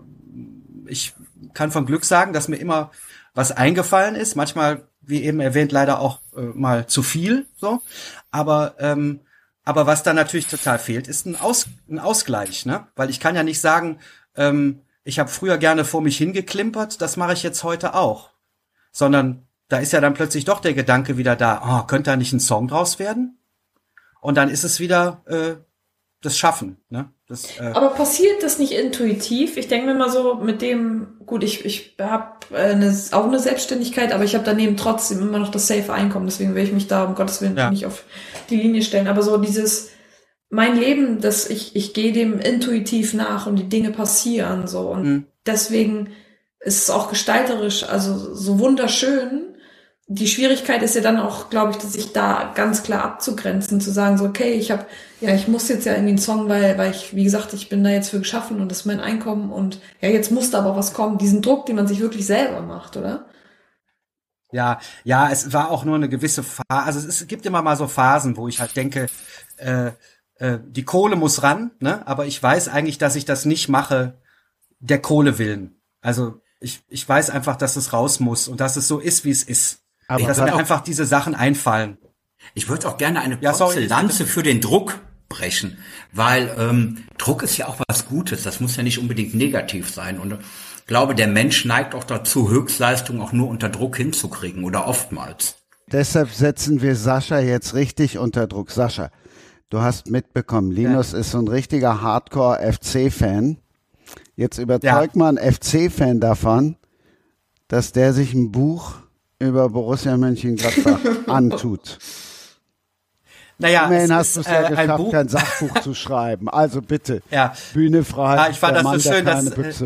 ich kann von Glück sagen, dass mir immer was eingefallen ist. Manchmal, wie eben erwähnt, leider auch mal zu viel. So, aber was da natürlich total fehlt, ist ein Ausgleich, ne? Weil ich kann ja nicht sagen, ich habe früher gerne vor mich hingeklimpert, das mache ich jetzt heute auch. Sondern da ist ja dann plötzlich doch der Gedanke wieder da, könnte da nicht ein Song draus werden? Und dann ist es wieder das Schaffen. Ne? Aber passiert das nicht intuitiv? Ich denke mir mal so mit dem, gut, ich habe auch eine Selbstständigkeit, aber ich habe daneben trotzdem immer noch das safe Einkommen, deswegen will ich mich da um Gottes Willen nicht auf die Linie stellen. Aber so mein Leben, dass ich gehe dem intuitiv nach und die Dinge passieren so. Und deswegen ist es auch gestalterisch, also so wunderschön. Die Schwierigkeit ist ja dann auch, glaube ich, dass sich da ganz klar abzugrenzen, zu sagen so, okay, ich muss jetzt ja irgendwie einen Song, weil ich, wie gesagt, ich bin da jetzt für geschaffen und das ist mein Einkommen und ja, jetzt muss da aber was kommen. Diesen Druck, den man sich wirklich selber macht, oder? Ja, es war auch nur eine gewisse Phase. Also es gibt immer mal so Phasen, wo ich halt denke, die Kohle muss ran, ne? Aber ich weiß eigentlich, dass ich das nicht mache, der Kohle willen. Also ich weiß einfach, dass es raus muss und dass es so ist, wie es ist. Aber dass mir einfach diese Sachen einfallen. Ich würde auch gerne eine kurze Lanze für den Druck brechen, weil Druck ist ja auch was Gutes. Das muss ja nicht unbedingt negativ sein. Und ich glaube, der Mensch neigt auch dazu, Höchstleistung auch nur unter Druck hinzukriegen oder oftmals. Deshalb setzen wir Sascha jetzt richtig unter Druck. Sascha, du hast mitbekommen, Linus ist so ein richtiger Hardcore-FC-Fan. Jetzt überzeugt man einen FC-Fan davon, dass der sich ein Buch über Borussia Mönchengladbach antut. Naja, immerhin hast du es ja geschafft, kein Sachbuch zu schreiben. Also bitte, Bühne frei. Ja, ich fand das so schön,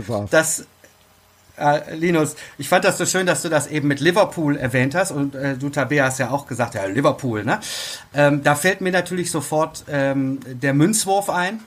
Linus, ich fand das so schön, dass du das eben mit Liverpool erwähnt hast und du, Tabea, hast ja auch gesagt, ja, Liverpool, ne? Da fällt mir natürlich sofort der Münzwurf ein.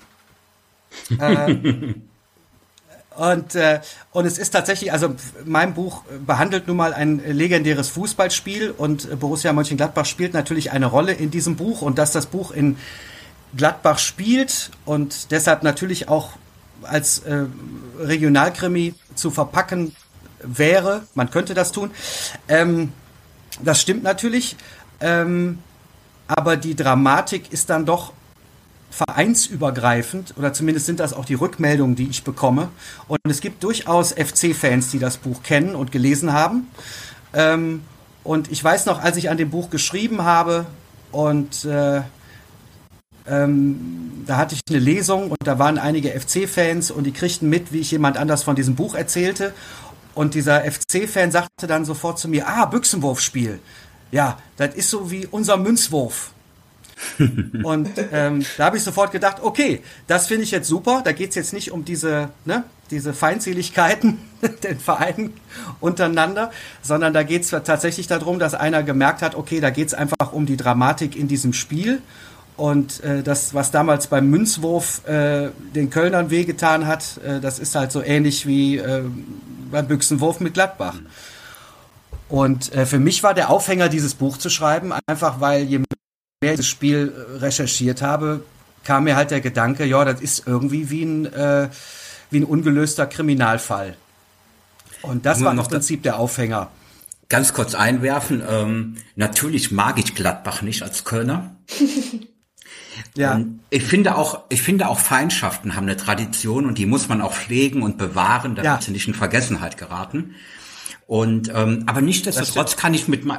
Und es ist tatsächlich, also mein Buch behandelt nun mal ein legendäres Fußballspiel und Borussia Mönchengladbach spielt natürlich eine Rolle in diesem Buch und dass das Buch in Gladbach spielt und deshalb natürlich auch als Regionalkrimi zu verpacken wäre, man könnte das tun, das stimmt natürlich, aber die Dramatik ist dann doch vereinsübergreifend, oder zumindest sind das auch die Rückmeldungen, die ich bekomme. Und es gibt durchaus FC-Fans, die das Buch kennen und gelesen haben. Und ich weiß noch, als ich an dem Buch geschrieben habe und da hatte ich eine Lesung und da waren einige FC-Fans und die kriegten mit, wie ich jemand anders von diesem Buch erzählte. Und dieser FC-Fan sagte dann sofort zu mir, Büchsenwurfspiel. Ja, das ist so wie unser Münzwurf. Und da habe ich sofort gedacht, okay, das finde ich jetzt super. Da geht es jetzt nicht um diese Feindseligkeiten den Vereinen untereinander, sondern da geht es tatsächlich darum, dass einer gemerkt hat, okay, da geht es einfach um die Dramatik in diesem Spiel. Und das, was damals beim Münzwurf den Kölnern wehgetan hat, das ist halt so ähnlich wie beim Büchsenwurf mit Gladbach. Und für mich war der Aufhänger, dieses Buch zu schreiben, einfach weil je mehr ich das Spiel recherchiert habe, kam mir halt der Gedanke, ja, das ist irgendwie wie ein ungelöster Kriminalfall. Und das war im Prinzip der Aufhänger. Ganz kurz einwerfen, natürlich mag ich Gladbach nicht als Kölner. Ja. Ich finde auch Feindschaften haben eine Tradition und die muss man auch pflegen und bewahren, damit sie nicht in Vergessenheit geraten. Und aber nichtsdestotrotz kann ich mit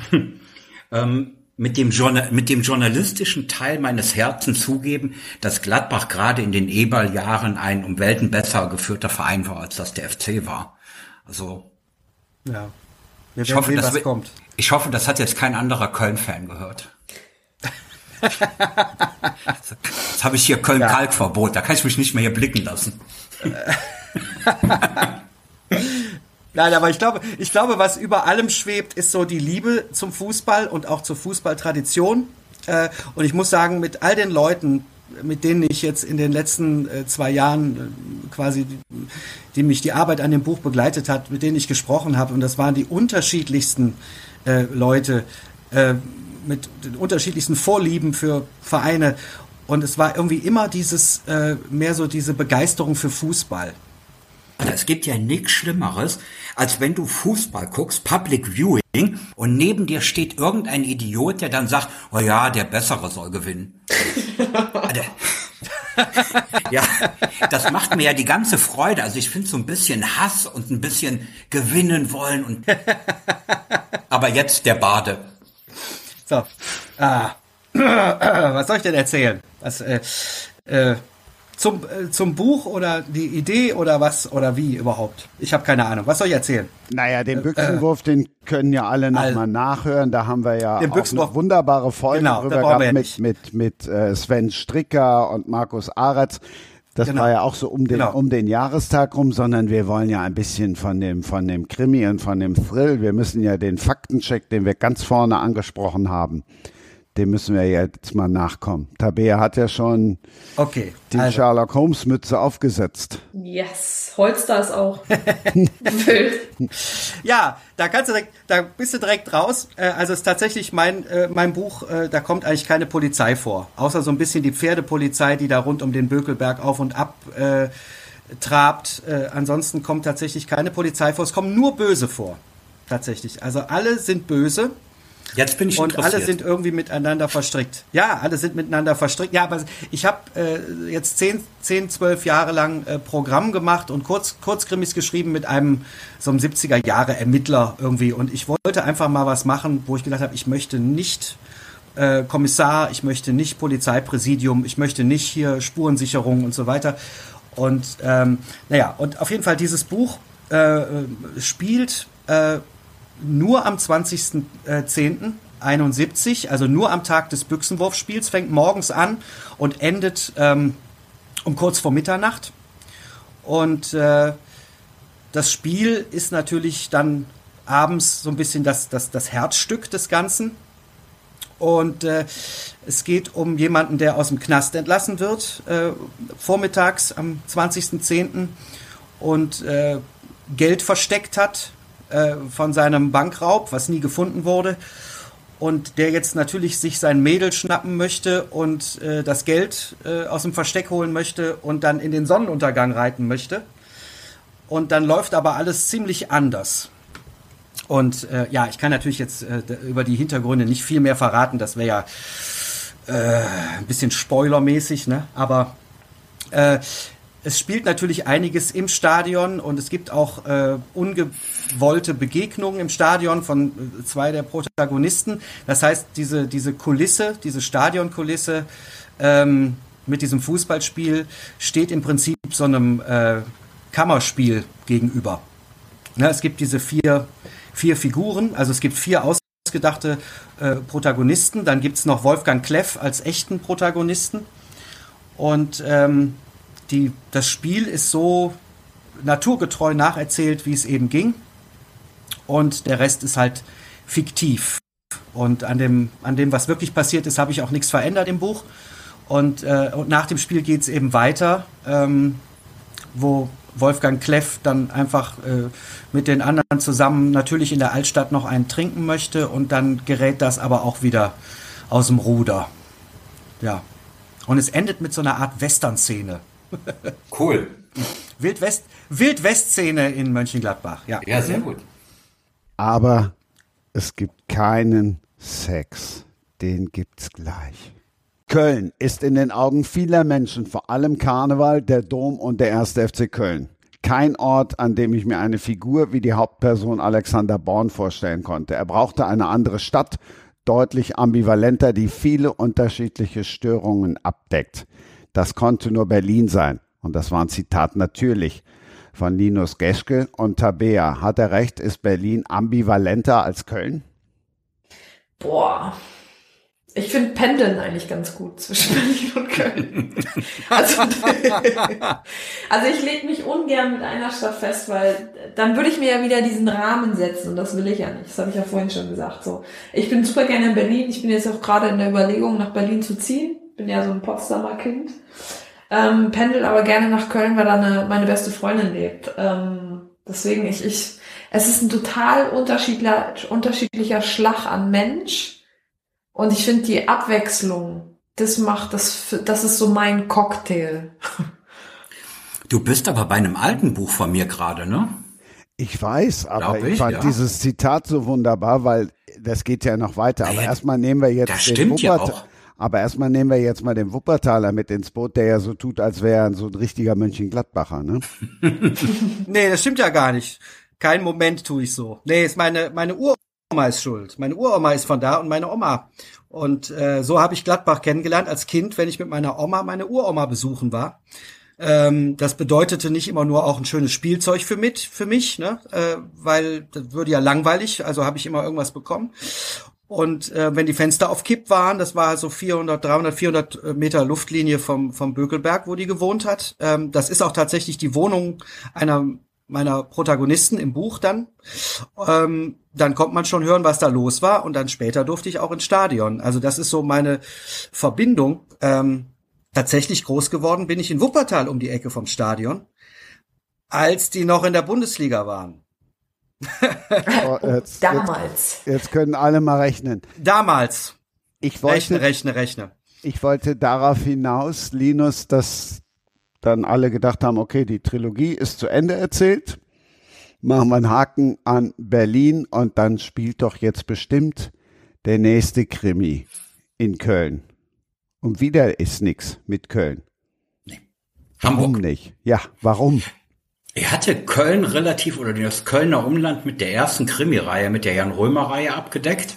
dem journalistischen Teil meines Herzens zugeben, dass Gladbach gerade in den Eberl-Jahren ein um Welten besser geführter Verein war, als das der FC war. Also ich hoffe, das hat jetzt kein anderer Köln-Fan gehört. Jetzt habe ich hier Köln-Kalk-Verbot, da kann ich mich nicht mehr hier blicken lassen. Nein, aber ich glaube, was über allem schwebt, ist so die Liebe zum Fußball und auch zur Fußballtradition. Und ich muss sagen, mit all den Leuten, mit denen ich jetzt in den letzten 2 Jahren quasi, die mich die Arbeit an dem Buch begleitet hat, mit denen ich gesprochen habe. Und das waren die unterschiedlichsten Leute mit den unterschiedlichsten Vorlieben für Vereine. Und es war irgendwie immer dieses, mehr so diese Begeisterung für Fußball. Es gibt ja nichts Schlimmeres, als wenn du Fußball guckst, Public Viewing, und neben dir steht irgendein Idiot, der dann sagt, oh ja, der Bessere soll gewinnen. Ja, das macht mir ja die ganze Freude. Also ich finde so ein bisschen Hass und ein bisschen gewinnen wollen. Aber jetzt der Bade. So, was soll ich denn erzählen? Was, zum Buch oder die Idee oder was oder wie überhaupt? Ich habe keine Ahnung. Was soll ich erzählen? Naja, den Büchsenwurf, den können ja alle nochmal nachhören. Da haben wir ja auch eine wunderbare Folge drüber gehabt mit Sven Stricker und Markus Aretz. Das war ja auch so um den Jahrestag rum, sondern wir wollen ja ein bisschen von dem Krimi und von dem Thrill. Wir müssen ja den Faktencheck, den wir ganz vorne angesprochen haben, dem müssen wir jetzt mal nachkommen. Tabea hat ja schon die Sherlock Holmes Mütze aufgesetzt. Yes, Holster ist auch wild. Ja, da bist du direkt raus. Also es ist tatsächlich mein Buch, da kommt eigentlich keine Polizei vor. Außer so ein bisschen die Pferdepolizei, die da rund um den Bökelberg auf und ab trabt. Ansonsten kommt tatsächlich keine Polizei vor. Es kommen nur Böse vor. Tatsächlich. Also alle sind böse. Jetzt bin ich interessiert. Und alle sind irgendwie miteinander verstrickt. Ja, alle sind miteinander verstrickt. Ja, aber ich habe jetzt 12 Jahre lang Programm gemacht und Kurzkrimis geschrieben mit so einem 70er-Jahre-Ermittler irgendwie. Und ich wollte einfach mal was machen, wo ich gedacht habe, ich möchte nicht Kommissar, ich möchte nicht Polizeipräsidium, ich möchte nicht hier Spurensicherung und so weiter. Und und auf jeden Fall dieses Buch spielt nur am 20.10.71, also nur am Tag des Büchsenwurfspiels, fängt morgens an und endet um kurz vor Mitternacht. Und das Spiel ist natürlich dann abends so ein bisschen das Herzstück des Ganzen. Und es geht um jemanden, der aus dem Knast entlassen wird, vormittags am 20.10. und Geld versteckt hat von seinem Bankraub, was nie gefunden wurde, und der jetzt natürlich sich sein Mädel schnappen möchte und das Geld aus dem Versteck holen möchte und dann in den Sonnenuntergang reiten möchte. Und dann läuft aber alles ziemlich anders. Und ich kann natürlich jetzt über die Hintergründe nicht viel mehr verraten, das wäre ja ein bisschen spoilermäßig, ne? Aber es spielt natürlich einiges im Stadion und es gibt auch ungewollte Begegnungen im Stadion von 2 der Protagonisten. Das heißt, diese Kulisse, diese Stadionkulisse mit diesem Fußballspiel steht im Prinzip so einem Kammerspiel gegenüber. Ja, es gibt diese vier Figuren, also es gibt 4 ausgedachte Protagonisten. Dann gibt es noch Wolfgang Kleff als echten Protagonisten. Und das Spiel ist so naturgetreu nacherzählt, wie es eben ging. Und der Rest ist halt fiktiv. Und an dem, was wirklich passiert ist, habe ich auch nichts verändert im Buch. Und nach dem Spiel geht es eben weiter, wo Wolfgang Kleff dann einfach mit den anderen zusammen natürlich in der Altstadt noch einen trinken möchte. Und dann gerät das aber auch wieder aus dem Ruder. Ja. Und es endet mit so einer Art Western-Szene. Cool. Wildwest-Szene in Mönchengladbach. Ja, sehr gut. Aber es gibt keinen Sex. Den gibt's gleich. Köln ist in den Augen vieler Menschen, vor allem Karneval, der Dom und der 1. FC Köln. Kein Ort, an dem ich mir eine Figur wie die Hauptperson Alexander Born vorstellen konnte. Er brauchte eine andere Stadt, deutlich ambivalenter, die viele unterschiedliche Störungen abdeckt. Das konnte nur Berlin sein. Und das war ein Zitat natürlich von Linus Geschke und Tabea. Hat er recht, ist Berlin ambivalenter als Köln? Boah, ich finde Pendeln eigentlich ganz gut zwischen Berlin und Köln. Also ich lege mich ungern mit einer Stadt fest, weil dann würde ich mir ja wieder diesen Rahmen setzen und das will ich ja nicht. Das habe ich ja vorhin schon gesagt. So, ich bin super gerne in Berlin. Ich bin jetzt auch gerade in der Überlegung, nach Berlin zu ziehen. bin ja so ein Potsdamer Kind. Pendel aber gerne nach Köln, weil da meine beste Freundin lebt. Deswegen es ist ein total unterschiedlicher Schlag an Mensch. Und ich finde die Abwechslung, das ist so mein Cocktail. Du bist aber bei einem alten Buch von mir gerade, ne? Ich weiß, aber ich fand dieses Zitat so wunderbar, weil das geht ja noch weiter. Aber erstmal nehmen wir jetzt erstmal nehmen wir jetzt mal den Wuppertaler mit ins Boot, der ja so tut, als wäre er so ein richtiger Mönchengladbacher, ne? Nee, das stimmt ja gar nicht. Kein Moment tue ich so. Nee, ist meine Uroma ist schuld. Meine Uroma ist von da und meine Oma. Und so habe ich Gladbach kennengelernt als Kind, wenn ich mit meiner Oma meine Uroma besuchen war. Das bedeutete nicht immer nur auch ein schönes Spielzeug für mich, ne? Weil das würde ja langweilig, also habe ich immer irgendwas bekommen. Und wenn die Fenster auf Kipp waren, das war so 400 Meter Luftlinie vom Bökelberg, wo die gewohnt hat. Das ist auch tatsächlich die Wohnung einer meiner Protagonisten im Buch dann. Dann kommt man schon hören, was da los war. Und dann später durfte ich auch ins Stadion. Also das ist so meine Verbindung. Tatsächlich groß geworden bin ich in Wuppertal um die Ecke vom Stadion, als die noch in der Bundesliga waren. Damals. Jetzt können alle mal rechnen. Damals. Rechne. Ich wollte darauf hinaus, Linus, dass dann alle gedacht haben, okay, die Trilogie ist zu Ende erzählt. Machen wir einen Haken an Berlin und dann spielt doch jetzt bestimmt der nächste Krimi in Köln. Und wieder ist nix mit Köln. Nee. Warum Hamburg nicht? Ja, warum? Er hatte Köln oder das Kölner Umland mit der ersten Krimireihe, mit der Jan-Römer-Reihe abgedeckt.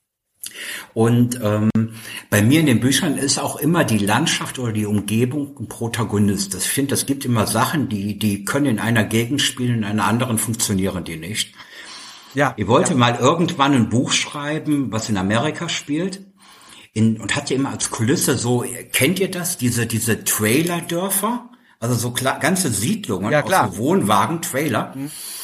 Und bei mir in den Büchern ist auch immer die Landschaft oder die Umgebung ein Protagonist. Ich finde, es gibt immer Sachen, die können in einer Gegend spielen, in einer anderen funktionieren die nicht. Ja. Ich wollte mal irgendwann ein Buch schreiben, was in Amerika spielt. Und hatte immer als Kulisse so, kennt ihr das? Diese Trailer-Dörfer? Also so ganze Siedlungen aus so Wohnwagen, Trailer.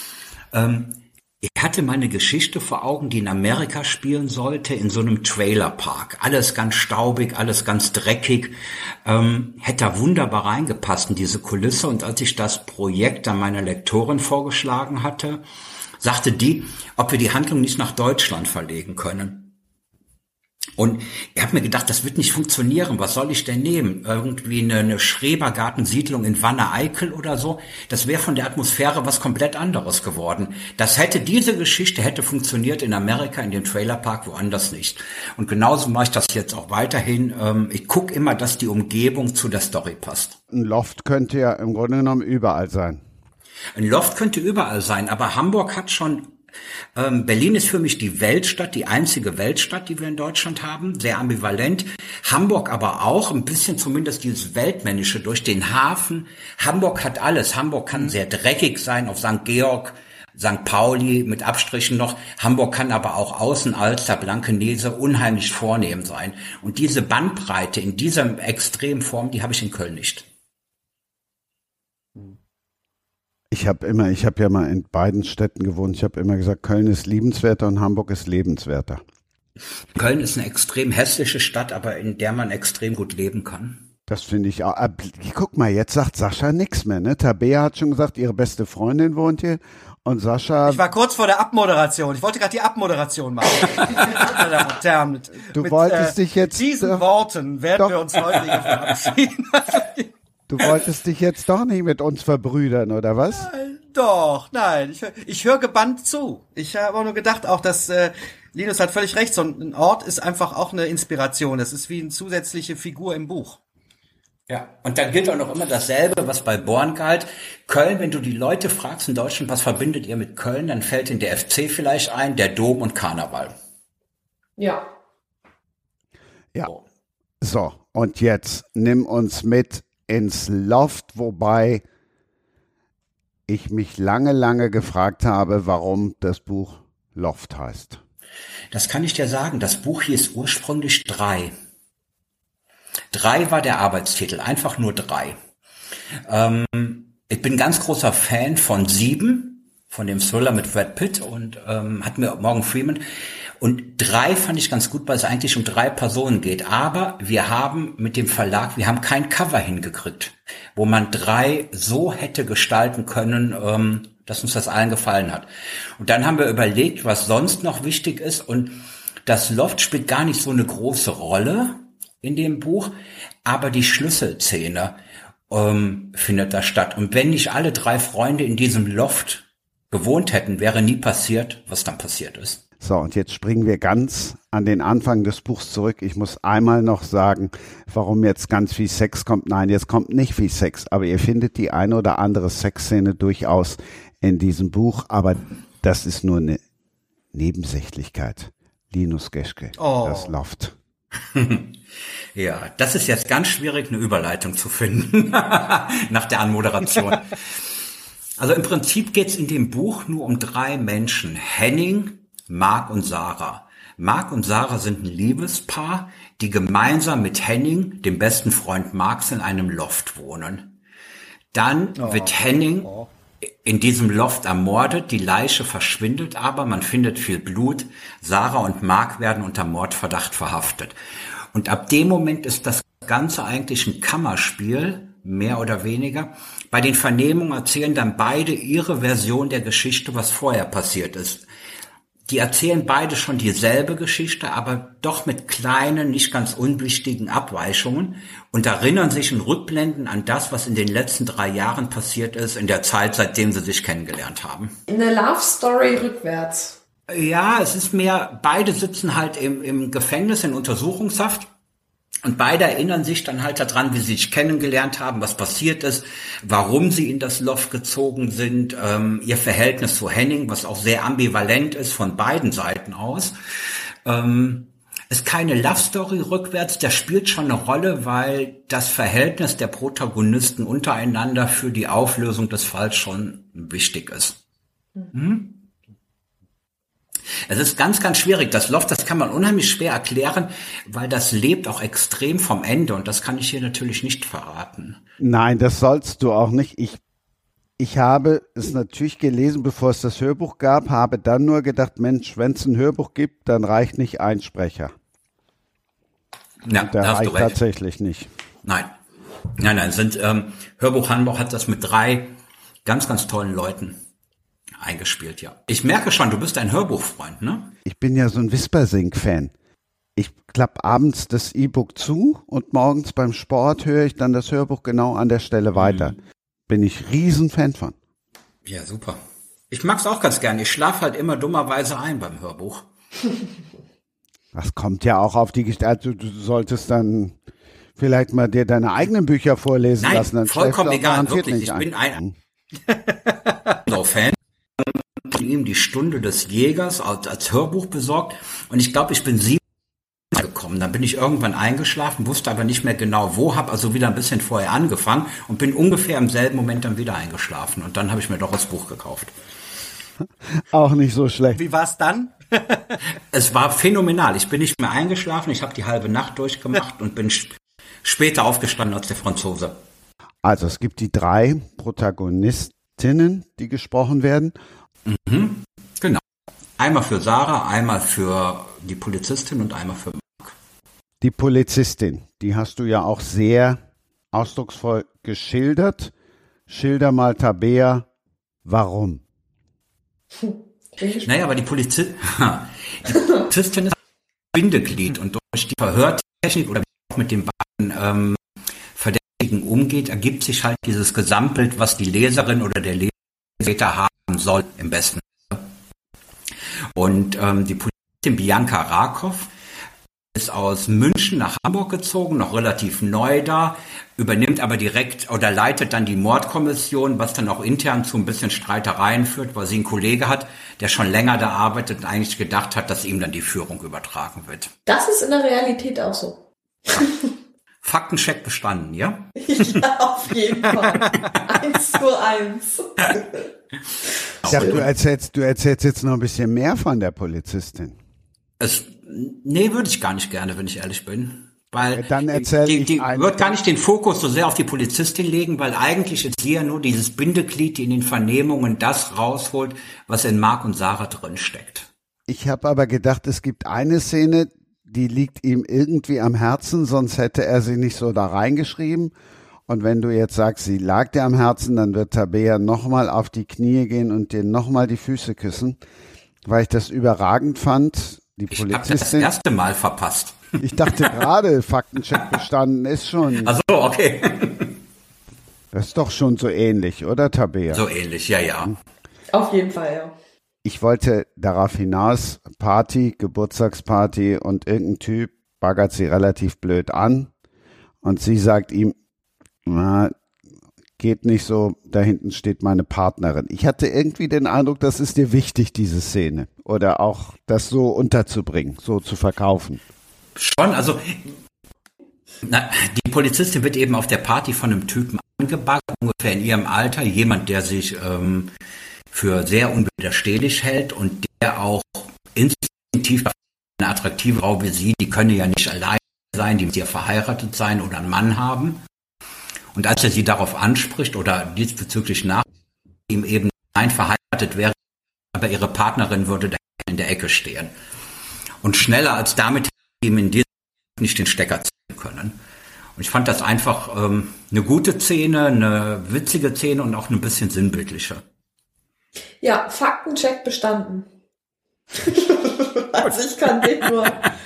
Ich hatte meine Geschichte vor Augen, die in Amerika spielen sollte, in so einem Trailerpark. Alles ganz staubig, alles ganz dreckig. Hätte da wunderbar reingepasst in diese Kulisse. Und als ich das Projekt an meiner Lektorin vorgeschlagen hatte, sagte die, ob wir die Handlung nicht nach Deutschland verlegen können. Und ich habe mir gedacht, das wird nicht funktionieren. Was soll ich denn nehmen? Irgendwie eine Schrebergartensiedlung in Wanne-Eickel oder so? Das wäre von der Atmosphäre was komplett anderes geworden. Diese Geschichte hätte funktioniert in Amerika, in dem Trailerpark, woanders nicht. Und genauso mache ich das jetzt auch weiterhin. Ich gucke immer, dass die Umgebung zu der Story passt. Ein Loft könnte ja im Grunde genommen überall sein. Ein Loft könnte überall sein, aber Hamburg hat schon... Berlin ist für mich die Weltstadt, die einzige Weltstadt, die wir in Deutschland haben, sehr ambivalent. Hamburg aber auch, ein bisschen zumindest dieses Weltmännische durch den Hafen. Hamburg hat alles. Hamburg kann sehr dreckig sein auf St. Georg, St. Pauli mit Abstrichen noch. Hamburg kann aber auch Außenalster, Blankenese unheimlich vornehm sein. Und diese Bandbreite in dieser extremen Form, die habe ich in Köln nicht. Ich habe ja mal in beiden Städten gewohnt. Ich habe immer gesagt, Köln ist liebenswerter und Hamburg ist lebenswerter. Köln ist eine extrem hässliche Stadt, aber in der man extrem gut leben kann. Das finde ich auch. Guck mal, jetzt sagt Sascha nichts mehr, ne? Tabea hat schon gesagt, ihre beste Freundin wohnt hier. Und Sascha... Ich war kurz vor der Abmoderation. Ich wollte gerade die Abmoderation machen. Du wolltest dich jetzt... diesen Worten werden wir uns heute hier verabschieden. Du wolltest dich jetzt doch nicht mit uns verbrüdern, oder was? Doch, nein. Ich höre gebannt zu. Ich habe auch nur gedacht, auch dass Linus hat völlig recht. So ein Ort ist einfach auch eine Inspiration. Das ist wie eine zusätzliche Figur im Buch. Ja, und dann gilt auch noch immer dasselbe, was bei Born galt. Köln, wenn du die Leute fragst in Deutschland, was verbindet ihr mit Köln, dann fällt ihnen der FC vielleicht ein, der Dom und Karneval. Ja. Ja. So, und jetzt nimm uns mit ins Loft, wobei ich mich lange gefragt habe, warum das Buch Loft heißt. Das kann ich dir sagen. Das Buch hieß ursprünglich 3. 3 war der Arbeitstitel, einfach nur 3. Ich bin ganz großer Fan von 7, von dem Thriller mit Brad Pitt und hat mir Morgan Freeman. Und 3 fand ich ganz gut, weil es eigentlich um 3 Personen geht. Aber wir haben mit dem Verlag, wir haben kein Cover hingekriegt, wo man 3 so hätte gestalten können, dass uns das allen gefallen hat. Und dann haben wir überlegt, was sonst noch wichtig ist. Und das Loft spielt gar nicht so eine große Rolle in dem Buch, aber die Schlüsselszene findet da statt. Und wenn nicht alle 3 Freunde in diesem Loft gewohnt hätten, wäre nie passiert, was dann passiert ist. So, und jetzt springen wir ganz an den Anfang des Buchs zurück. Ich muss einmal noch sagen, warum jetzt ganz viel Sex kommt. Nein, jetzt kommt nicht viel Sex, aber ihr findet die eine oder andere Sexszene durchaus in diesem Buch, aber das ist nur eine Nebensächlichkeit. Linus Geschke, das Loft. Ja, das ist jetzt ganz schwierig, eine Überleitung zu finden nach der Anmoderation. Also im Prinzip geht's in dem Buch nur um 3 Menschen. Henning, Mark und Sarah. Mark und Sarah sind ein Liebespaar, die gemeinsam mit Henning, dem besten Freund Marks, in einem Loft wohnen. Dann wird Henning in diesem Loft ermordet, die Leiche verschwindet aber, man findet viel Blut. Sarah und Mark werden unter Mordverdacht verhaftet. Und ab dem Moment ist das Ganze eigentlich ein Kammerspiel, mehr oder weniger. Bei den Vernehmungen erzählen dann beide ihre Version der Geschichte, was vorher passiert ist. Die erzählen beide schon dieselbe Geschichte, aber doch mit kleinen, nicht ganz unwichtigen Abweichungen und erinnern sich in Rückblenden an das, was in den letzten 3 Jahren passiert ist, in der Zeit, seitdem sie sich kennengelernt haben. Eine Love Story rückwärts. Ja, es ist mehr, beide sitzen halt im Gefängnis in Untersuchungshaft. Und beide erinnern sich dann halt daran, wie sie sich kennengelernt haben, was passiert ist, warum sie in das Loft gezogen sind, ihr Verhältnis zu Henning, was auch sehr ambivalent ist von beiden Seiten aus. Ist keine Love Story rückwärts, das spielt schon eine Rolle, weil das Verhältnis der Protagonisten untereinander für die Auflösung des Falls schon wichtig ist. Mhm. Es ist ganz, ganz schwierig. Das Loft, das kann man unheimlich schwer erklären, weil das lebt auch extrem vom Ende und das kann ich hier natürlich nicht verraten. Nein, das sollst du auch nicht. Ich habe es natürlich gelesen, bevor es das Hörbuch gab, habe dann nur gedacht, Mensch, wenn es ein Hörbuch gibt, dann reicht nicht ein Sprecher. Ja, und der da hast reicht du recht. Tatsächlich nicht. Nein, Hörbuch Hamburg hat das mit 3 ganz, ganz tollen Leuten eingespielt, ja. Ich merke schon, du bist ein Hörbuchfreund, ne? Ich bin ja so ein Whispersing-Fan. Ich klappe abends das E-Book zu und morgens beim Sport höre ich dann das Hörbuch genau an der Stelle weiter. Bin ich Riesenfan von. Ja, super. Ich mag's auch ganz gern. Ich schlafe halt immer dummerweise ein beim Hörbuch. Das kommt ja auch auf die Gestalt. Du solltest dann vielleicht mal dir deine eigenen Bücher vorlesen Nein, lassen. Dann vollkommen egal, wirklich. Ich bin ein Fan. Ihm die Stunde des Jägers als Hörbuch besorgt und ich glaube, ich bin 7 gekommen. Dann bin ich irgendwann eingeschlafen, wusste aber nicht mehr genau wo, habe also wieder ein bisschen vorher angefangen und bin ungefähr im selben Moment dann wieder eingeschlafen und dann habe ich mir doch das Buch gekauft. Auch nicht so schlecht. Wie war's dann? Es war phänomenal. Ich bin nicht mehr eingeschlafen, ich habe die halbe Nacht durchgemacht und bin später aufgestanden als der Franzose. Also es gibt die 3 Protagonistinnen, die gesprochen werden. Mhm, genau. Einmal für Sarah, einmal für die Polizistin und einmal für Mark. Die Polizistin, die hast du ja auch sehr ausdrucksvoll geschildert. Schilder mal, Tabea, warum? Naja, aber die Polizistin ist Bindeglied und durch die Verhörtechnik oder wie auch mit den beiden Verdächtigen umgeht, ergibt sich halt dieses Gesamtbild, was die Leserin oder der Leser haben soll, im besten. Und die Polizistin Bianca Rakow ist aus München nach Hamburg gezogen, noch relativ neu da, übernimmt aber direkt oder leitet dann die Mordkommission, was dann auch intern zu ein bisschen Streitereien führt, weil sie einen Kollege hat, der schon länger da arbeitet und eigentlich gedacht hat, dass ihm dann die Führung übertragen wird. Das ist in der Realität auch so. Faktencheck bestanden, ja? Ja, auf jeden Fall. 1:1. Ich dachte, du erzählst jetzt noch ein bisschen mehr von der Polizistin. Nee, würde ich gar nicht gerne, wenn ich ehrlich bin. Weil dann die wird gar nicht den Fokus so sehr auf die Polizistin legen, weil eigentlich ist sie ja nur dieses Bindeglied, die in den Vernehmungen das rausholt, was in Mark und Sarah drin steckt. Ich habe aber gedacht, es gibt eine Szene, die liegt ihm irgendwie am Herzen, sonst hätte er sie nicht so da reingeschrieben. Und wenn du jetzt sagst, sie lag dir am Herzen, dann wird Tabea nochmal auf die Knie gehen und dir nochmal die Füße küssen, weil ich das überragend fand. Die Polizistin. Ich habe das erste Mal verpasst. Ich dachte gerade, Faktencheck bestanden ist schon. Ach so, okay. Das ist doch schon so ähnlich, oder Tabea? So ähnlich, ja. Auf jeden Fall, ja. Ich wollte darauf hinaus, Party, Geburtstagsparty und irgendein Typ baggert sie relativ blöd an und sie sagt ihm, na, geht nicht so, da hinten steht meine Partnerin. Ich hatte irgendwie den Eindruck, das ist dir wichtig, diese Szene. Oder auch das so unterzubringen, so zu verkaufen. Schon, also die Polizistin wird eben auf der Party von einem Typen angebaggert, ungefähr in ihrem Alter. Jemand, der sich für sehr unwiderstehlich hält und der auch instinktiv eine attraktive Frau wie sie, die könne ja nicht allein sein, die mit ihr verheiratet sein oder einen Mann haben. Und als er sie darauf anspricht oder diesbezüglich nach ihm eben nein verheiratet wäre, aber ihre Partnerin würde da in der Ecke stehen. Und schneller als damit ihm in diesem nicht den Stecker ziehen können. Und ich fand das einfach eine gute Szene, eine witzige Szene und auch ein bisschen sinnbildliche. Ja, Faktencheck bestanden. Also ich kann den nur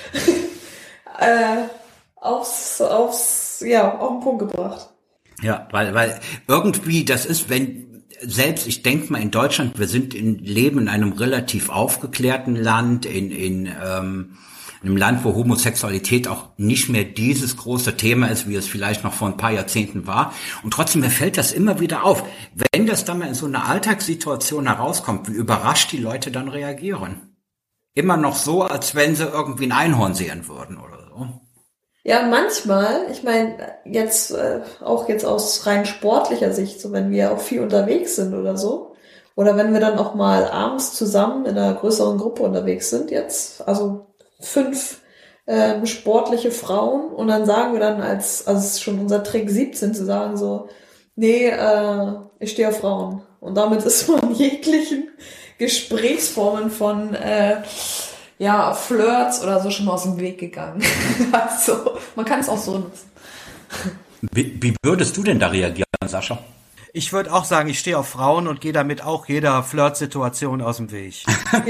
auf den Punkt gebracht. Ja, weil irgendwie das ist, wenn selbst, ich denke mal in Deutschland, wir leben in einem relativ aufgeklärten Land, in einem Land, wo Homosexualität auch nicht mehr dieses große Thema ist, wie es vielleicht noch vor ein paar Jahrzehnten war. Und trotzdem, mir fällt das immer wieder auf. Wenn das dann mal in so einer Alltagssituation herauskommt, wie überrascht die Leute dann reagieren. Immer noch so, als wenn sie irgendwie ein Einhorn sehen würden oder so. Ja, manchmal, ich meine, jetzt aus rein sportlicher Sicht, so wenn wir auch viel unterwegs sind oder so, oder wenn wir dann auch mal abends zusammen in einer größeren Gruppe unterwegs sind, jetzt, also 5 sportliche Frauen, und dann sagen wir dann also es ist schon unser Trick 17 zu sagen so, nee, ich stehe auf Frauen. Und damit ist man jeglichen Gesprächsformen von Flirts oder so schon mal aus dem Weg gegangen. Also, man kann es auch so nutzen. Wie würdest du denn da reagieren, Sascha? Ich würde auch sagen, ich stehe auf Frauen und gehe damit auch jeder Flirt-Situation aus dem Weg.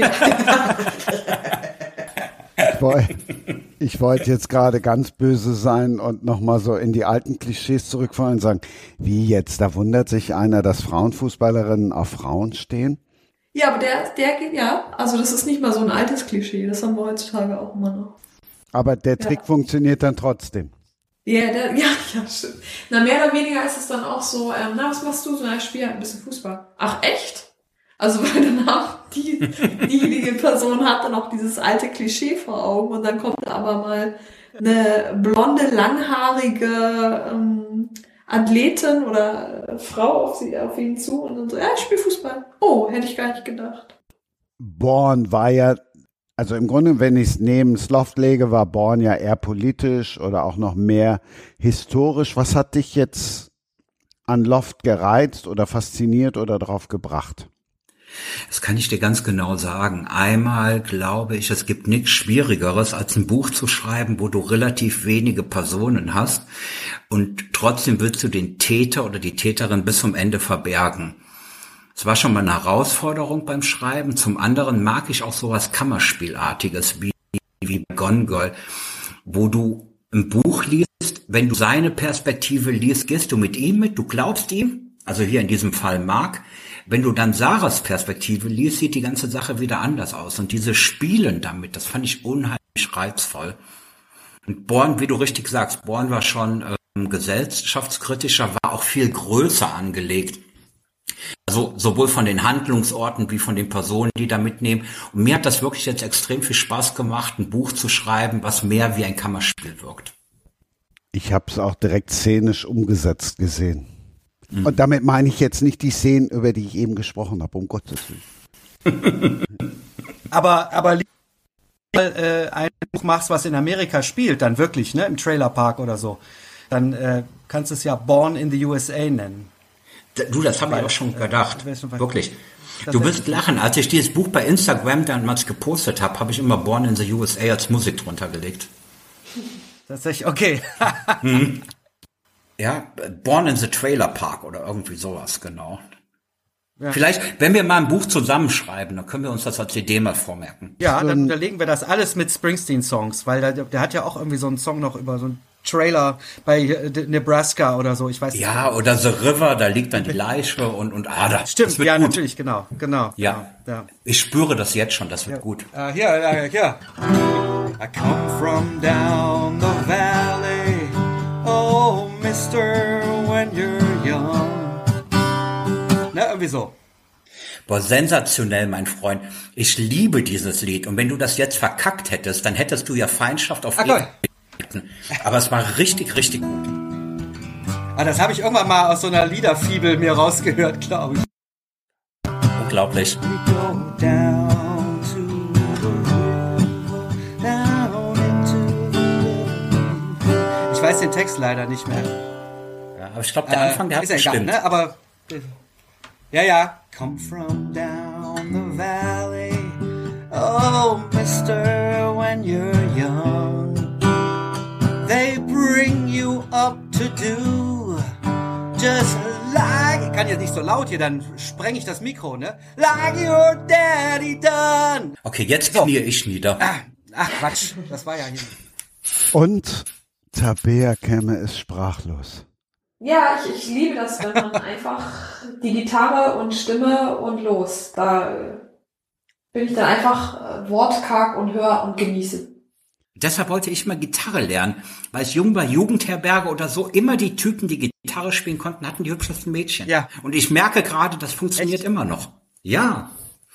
Ich wollte jetzt gerade ganz böse sein und nochmal so in die alten Klischees zurückfallen und sagen, wie jetzt, da wundert sich einer, dass Frauenfußballerinnen auf Frauen stehen? Ja, aber der geht, ja, also das ist nicht mal so ein altes Klischee, das haben wir heutzutage auch immer noch. Aber der Trick funktioniert dann trotzdem. Ja, stimmt. Na, mehr oder weniger ist es dann auch so, was machst du? So, ich spiele ein bisschen Fußball. Ach, echt? Also, weil danach diejenige Person hat dann auch dieses alte Klischee vor Augen und dann kommt da aber mal eine blonde, langhaarige Athletin oder Frau auf ihn zu und dann so, ja, ich spiele Fußball. Oh, hätte ich gar nicht gedacht. Born war ja, also im Grunde, wenn ich es neben Sloft lege, war Born ja eher politisch oder auch noch mehr historisch. Was hat dich jetzt an Loft gereizt oder fasziniert oder drauf gebracht? Das kann ich dir ganz genau sagen. Einmal glaube ich, es gibt nichts Schwierigeres, als ein Buch zu schreiben, wo du relativ wenige Personen hast und trotzdem willst du den Täter oder die Täterin bis zum Ende verbergen. Es war schon mal eine Herausforderung beim Schreiben. Zum anderen mag ich auch sowas Kammerspielartiges wie Gone Girl, wo du ein Buch liest, wenn du seine Perspektive liest, gehst du mit ihm mit, du glaubst ihm, also hier in diesem Fall Mark. Wenn du dann Sarahs Perspektive liest, sieht die ganze Sache wieder anders aus. Und diese Spielen damit, das fand ich unheimlich reizvoll. Und Born, wie du richtig sagst, Born war schon gesellschaftskritischer, war auch viel größer angelegt. Also sowohl von den Handlungsorten wie von den Personen, die da mitnehmen. Und mir hat das wirklich jetzt extrem viel Spaß gemacht, ein Buch zu schreiben, was mehr wie ein Kammerspiel wirkt. Ich habe es auch direkt szenisch umgesetzt gesehen. Und damit meine ich jetzt nicht die Szenen, über die ich eben gesprochen habe, um Gottes Willen. Aber ein Buch machst, was in Amerika spielt, dann wirklich, ne, im Trailerpark oder so, dann kannst du es ja Born in the USA nennen. Du, das habe ich auch schon gedacht. Wirklich. Du Das wirst lachen. Als ich dieses Buch bei Instagram damals gepostet habe ich immer Born in the USA als Musik drunter gelegt. Tatsächlich, okay. Ja, Born in the Trailer Park oder irgendwie sowas, genau. Ja. Vielleicht, wenn wir mal ein Buch zusammenschreiben, dann können wir uns das als Idee mal vormerken. Ja, dann da legen wir das alles mit Springsteen-Songs, weil der hat ja auch irgendwie so einen Song noch über so einen Trailer bei Nebraska oder so, ich weiß nicht. Ja, oder The River, da liegt dann die Leiche und Ader. Stimmt, ja, gut. Natürlich, genau. Ja. Ja. Ich spüre das jetzt schon, das wird gut. Hier. I come from down the valley, oh, mister, when you're young. Na, irgendwie so. Boah, sensationell, mein Freund. Ich liebe dieses Lied. Und wenn du das jetzt verkackt hättest, dann hättest du ja Feindschaft auf Ewigkeiten. Aber es war richtig, richtig gut. Das habe ich irgendwann mal aus so einer Liederfibel mir rausgehört, glaube ich. Unglaublich. Ich weiß den Text leider nicht mehr. Ja, aber ich glaube, der Anfang, der hat ist ja bestimmt. egal, ne? Aber ja. Come from down the valley, oh, mister, when you're young, they bring you up to do just like... Ich kann jetzt nicht so laut hier, dann spreng ich das Mikro, ne? Like your daddy done. Okay, jetzt knie ich nieder. Ach, Quatsch, das war ja hier. Und Tabea Kemme ist sprachlos. Ja, ich liebe das, wenn man einfach die Gitarre und Stimme und los. Da bin ich dann einfach wortkarg und höre und genieße. Deshalb wollte ich mal Gitarre lernen, weil ich jung war, Jugendherberge oder so, immer die Typen, die Gitarre spielen konnten, hatten die hübschesten Mädchen. Ja. Und ich merke gerade, das funktioniert immer noch. Ja.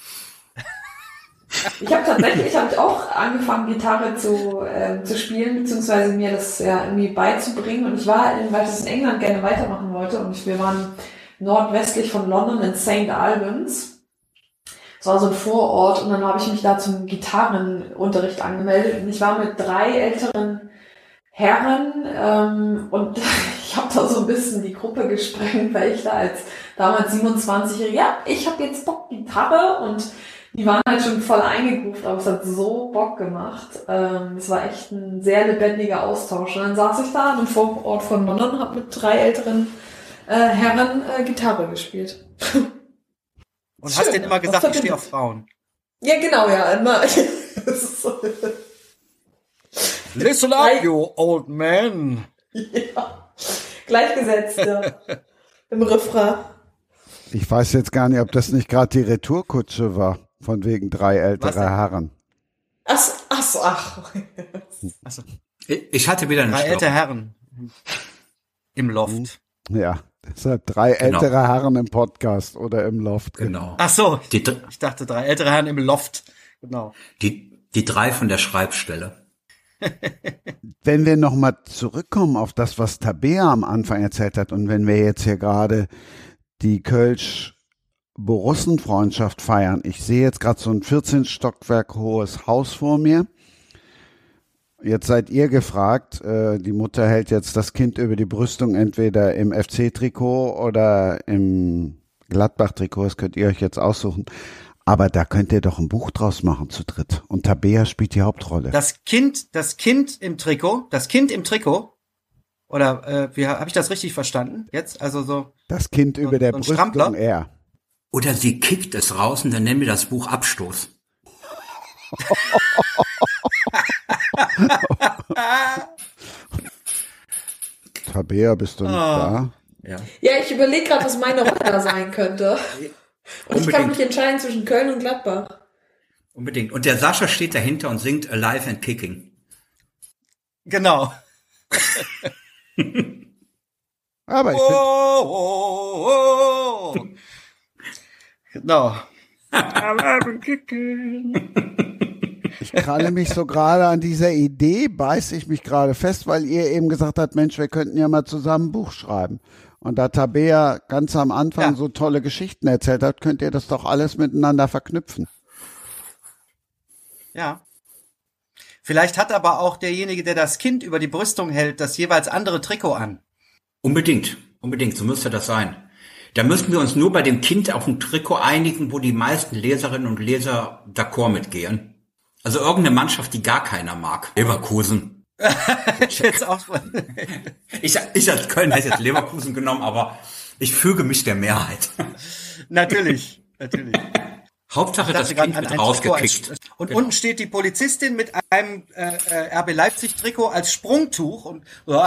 Ich habe tatsächlich auch angefangen, Gitarre zu spielen, beziehungsweise mir das ja irgendwie beizubringen. Und ich war, weil ich das in England gerne weitermachen wollte, und wir waren nordwestlich von London in St. Albans. Das war so ein Vorort, und dann habe ich mich da zum Gitarrenunterricht angemeldet. Und ich war mit 3 älteren Herren und ich habe da so ein bisschen die Gruppe gesprengt, weil ich da als damals 27-Jährige, ja, ich habe jetzt Bock Gitarre, und die waren halt schon voll eingegroovt, aber es hat so Bock gemacht. Es war echt ein sehr lebendiger Austausch. Und dann saß ich da in einem Vorort von London und habe mit 3 älteren Herren Gitarre gespielt. Und hast denen immer gesagt, ich stehe auf Frauen. Ja, genau, ja. Immer. Listen up, you old man. Ja, gleichgesetzt, ja. Im Refrain. Ich weiß jetzt gar nicht, ob das nicht gerade die Retourkutsche war, von wegen 3 ältere Herren. Ach. Ich hatte wieder einen 3 Stopp. ältere Herren im Loft. Ja, deshalb 3 ältere Herren im Podcast oder im Loft. Genau. Ach so, Die, ich dachte 3 ältere Herren im Loft. Genau. die 3 von der Schreibstelle. Wenn wir nochmal zurückkommen auf das, was Tabea am Anfang erzählt hat, und wenn wir jetzt hier gerade die Kölsch-Borussen-Freundschaft feiern. Ich sehe jetzt gerade so ein 14 Stockwerk hohes Haus vor mir. Jetzt seid ihr gefragt, die Mutter hält jetzt das Kind über die Brüstung, entweder im FC-Trikot oder im Gladbach-Trikot, das könnt ihr euch jetzt aussuchen. Aber da könnt ihr doch ein Buch draus machen zu dritt. Und Tabea spielt die Hauptrolle. Das Kind im Trikot, oder wie habe ich das richtig verstanden? Jetzt, also so. Das Kind über der so ein Brüstung, Strampler? er. Oder sie kickt es raus und dann nennen wir das Buch Abstoß. Tabea, bist du nicht da? Ja, ich überlege gerade, was meine Rolle da sein könnte. Und ich kann Unbedingt. mich entscheiden zwischen Köln und Gladbach. Unbedingt. Und der Sascha steht dahinter und singt Alive and Kicking. Genau. Aber ich Genau. Ich kralle mich so gerade an dieser Idee, beiße ich mich gerade fest, weil ihr eben gesagt habt, Mensch, wir könnten ja mal zusammen ein Buch schreiben. Und da Tabea ganz am Anfang so tolle Geschichten erzählt hat, könnt ihr das doch alles miteinander verknüpfen. Ja. Vielleicht hat aber auch derjenige, der das Kind über die Brüstung hält, das jeweils andere Trikot an. Unbedingt. So müsste das sein. Da müssen wir uns nur bei dem Kind auf ein Trikot einigen, wo die meisten Leserinnen und Leser d'accord mitgehen. Also irgendeine Mannschaft, die gar keiner mag. Leverkusen. Jetzt auch. Ich als Köln hätte jetzt Leverkusen genommen, aber ich füge mich der Mehrheit. Natürlich. Hauptsache, das Kind wird rausgekickt. Und genau. Unten steht die Polizistin mit einem RB Leipzig-Trikot als Sprungtuch und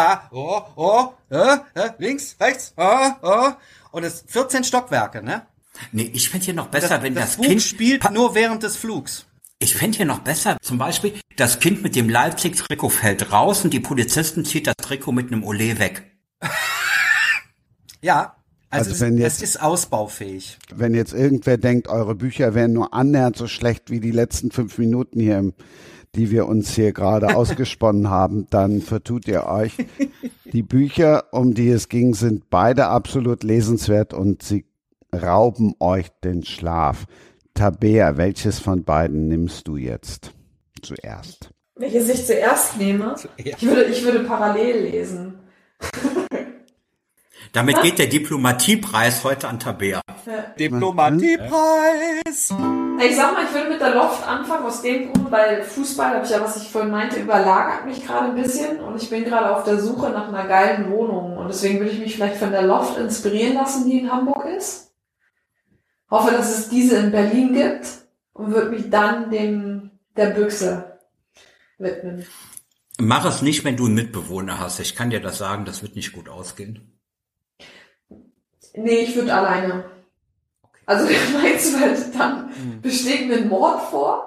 links, rechts, und es 14 Stockwerke, ne? Nee, ich fände hier noch besser, wenn das Buch Kind spielt nur während des Flugs. Ich fände hier noch besser, zum Beispiel, das Kind mit dem Leipzig-Trikot fällt raus und die Polizistin zieht das Trikot mit einem Olé weg. Ja, also wenn es ist ausbaufähig. Wenn jetzt irgendwer denkt, eure Bücher wären nur annähernd so schlecht wie die letzten 5 Minuten hier, die wir uns hier gerade ausgesponnen haben, dann vertut ihr euch. Die Bücher, um die es ging, sind beide absolut lesenswert und sie rauben euch den Schlaf. Tabea, welches von beiden nimmst du jetzt zuerst? Welches ich zuerst nehme? Ich würde parallel lesen. Damit geht der Diplomatiepreis heute an Tabea. Diplomatiepreis! Ich sag mal, ich würde mit der Loft anfangen, aus dem Grund, weil Fußball, habe ich ja, was ich vorhin meinte, überlagert mich gerade ein bisschen und ich bin gerade auf der Suche nach einer geilen Wohnung und deswegen würde ich mich vielleicht von der Loft inspirieren lassen, die in Hamburg ist. Hoffe, dass es diese in Berlin gibt und würde mich dann der Büchse widmen. Mach es nicht, wenn du einen Mitbewohner hast. Ich kann dir das sagen, das wird nicht gut ausgehen. Nee, ich würde alleine. Also meinst du, weil dann besteht mir ein Mord vor?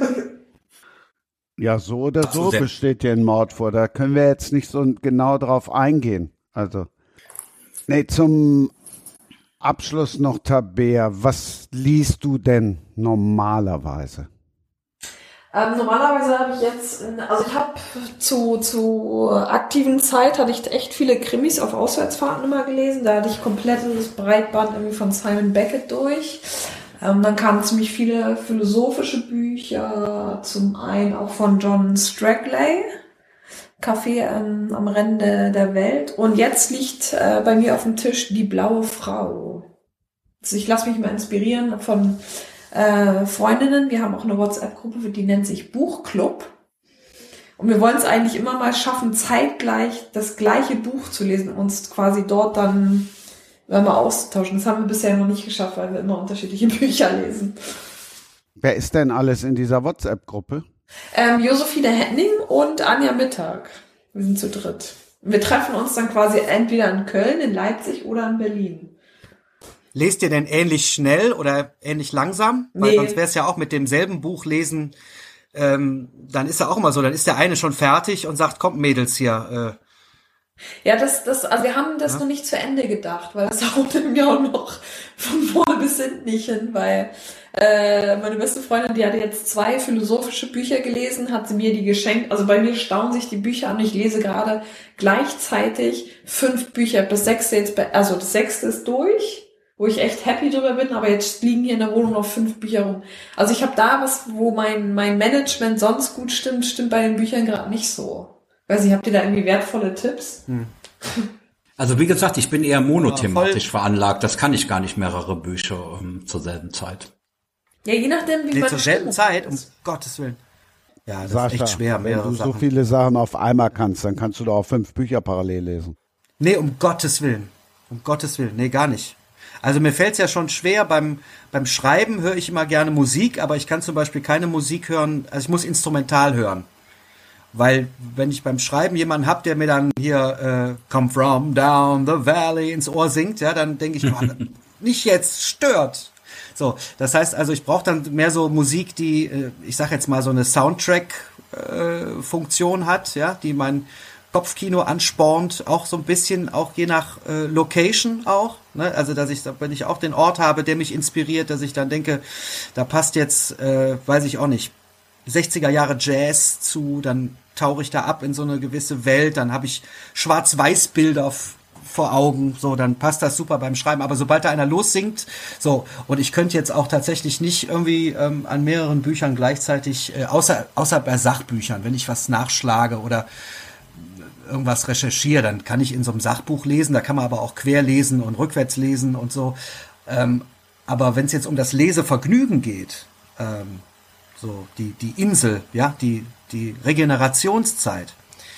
Ja, so oder so besteht dir ein Mord vor. Da können wir jetzt nicht so genau drauf eingehen. Also, nee, zum Abschluss noch, Tabea, was liest du denn normalerweise? Normalerweise habe ich jetzt, also ich habe zu aktiven Zeit hatte ich echt viele Krimis auf Auswärtsfahrten immer gelesen. Da hatte ich komplettes Breitband irgendwie von Simon Beckett durch. Dann kamen ziemlich viele philosophische Bücher, zum einen auch von John Strackley, Café am Rande der Welt. Und jetzt liegt bei mir auf dem Tisch Die blaue Frau. Also ich lasse mich mal inspirieren von Freundinnen. Wir haben auch eine WhatsApp-Gruppe, die nennt sich Buchclub. Und wir wollen es eigentlich immer mal schaffen, zeitgleich das gleiche Buch zu lesen und uns quasi dort dann mal auszutauschen. Das haben wir bisher noch nicht geschafft, weil wir immer unterschiedliche Bücher lesen. Wer ist denn alles in dieser WhatsApp-Gruppe? Josephine Henning und Anja Mittag. Wir sind zu dritt. Wir treffen uns dann quasi entweder in Köln, in Leipzig oder in Berlin. Lest ihr denn ähnlich schnell oder ähnlich langsam? Weil Nee. sonst wäre es ja auch mit demselben Buch lesen, dann ist ja auch immer so, dann ist der eine schon fertig und sagt, kommt Mädels hier. Ja, also wir haben das noch nicht zu Ende gedacht, weil das haut mir auch noch von vorne bis hinten nicht hin, weil meine beste Freundin, die hatte jetzt 2 philosophische Bücher gelesen, hat sie mir die geschenkt. Also bei mir stauen sich die Bücher an. Ich lese gerade gleichzeitig 5 Bücher. Das 6. das 6. ist durch, wo ich echt happy drüber bin, aber jetzt liegen hier in der Wohnung noch 5 Bücher rum. Also ich habe da was, wo mein Management sonst gut stimmt bei den Büchern gerade nicht so. Weiß nicht, habt ihr da irgendwie wertvolle Tipps? Also wie gesagt, ich bin eher monothematisch veranlagt. Das kann ich gar nicht mehrere Bücher zur selben Zeit. Ja, je nachdem, wie man zur selben Zeit, um Gottes Willen. Ja, das Sascha, ist echt schwer, wenn mehrere du so Sachen. viele Sachen auf einmal kannst, dann kannst du doch auch 5 Bücher parallel lesen. Nee, um Gottes Willen. Um Gottes Willen. Nee, gar nicht. Also mir fällt's ja schon schwer, beim Schreiben höre ich immer gerne Musik, aber ich kann zum Beispiel keine Musik hören, also ich muss instrumental hören. Weil wenn ich beim Schreiben jemanden hab, der mir dann hier Come from down the valley ins Ohr singt, ja, dann denke ich, oh, nicht jetzt, stört. So, das heißt also, ich brauche dann mehr so Musik, die, ich sag jetzt mal, so eine Soundtrack-Funktion hat, ja, die mein Kopfkino anspornt, auch so ein bisschen, auch je nach Location auch, ne? Also dass ich, wenn ich auch den Ort habe, der mich inspiriert, dass ich dann denke, da passt jetzt, weiß ich auch nicht, 60er Jahre Jazz zu, dann tauche ich da ab in so eine gewisse Welt, dann habe ich Schwarz-Weiß-Bilder vor Augen, so, dann passt das super beim Schreiben, aber sobald da einer lossingt, so, und ich könnte jetzt auch tatsächlich nicht irgendwie an mehreren Büchern gleichzeitig, außer bei Sachbüchern, wenn ich was nachschlage oder irgendwas recherchiere, dann kann ich in so einem Sachbuch lesen, da kann man aber auch quer lesen und rückwärts lesen und so. Aber wenn es jetzt um das Lesevergnügen geht, so die Insel, ja, die Regenerationszeit,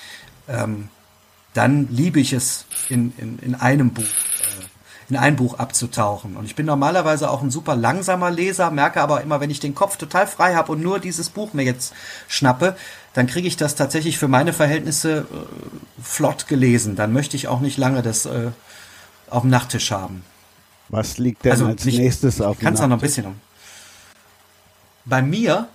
dann liebe ich es, in einem Buch, in ein Buch abzutauchen. Und ich bin normalerweise auch ein super langsamer Leser, merke aber immer, wenn ich den Kopf total frei habe und nur dieses Buch mir jetzt schnappe, dann kriege ich das tatsächlich für meine Verhältnisse flott gelesen. Dann möchte ich auch nicht lange das auf dem Nachttisch haben. Was liegt denn als nächstes auf dem Nachttisch? Kannst auch noch ein bisschen um. Bei mir?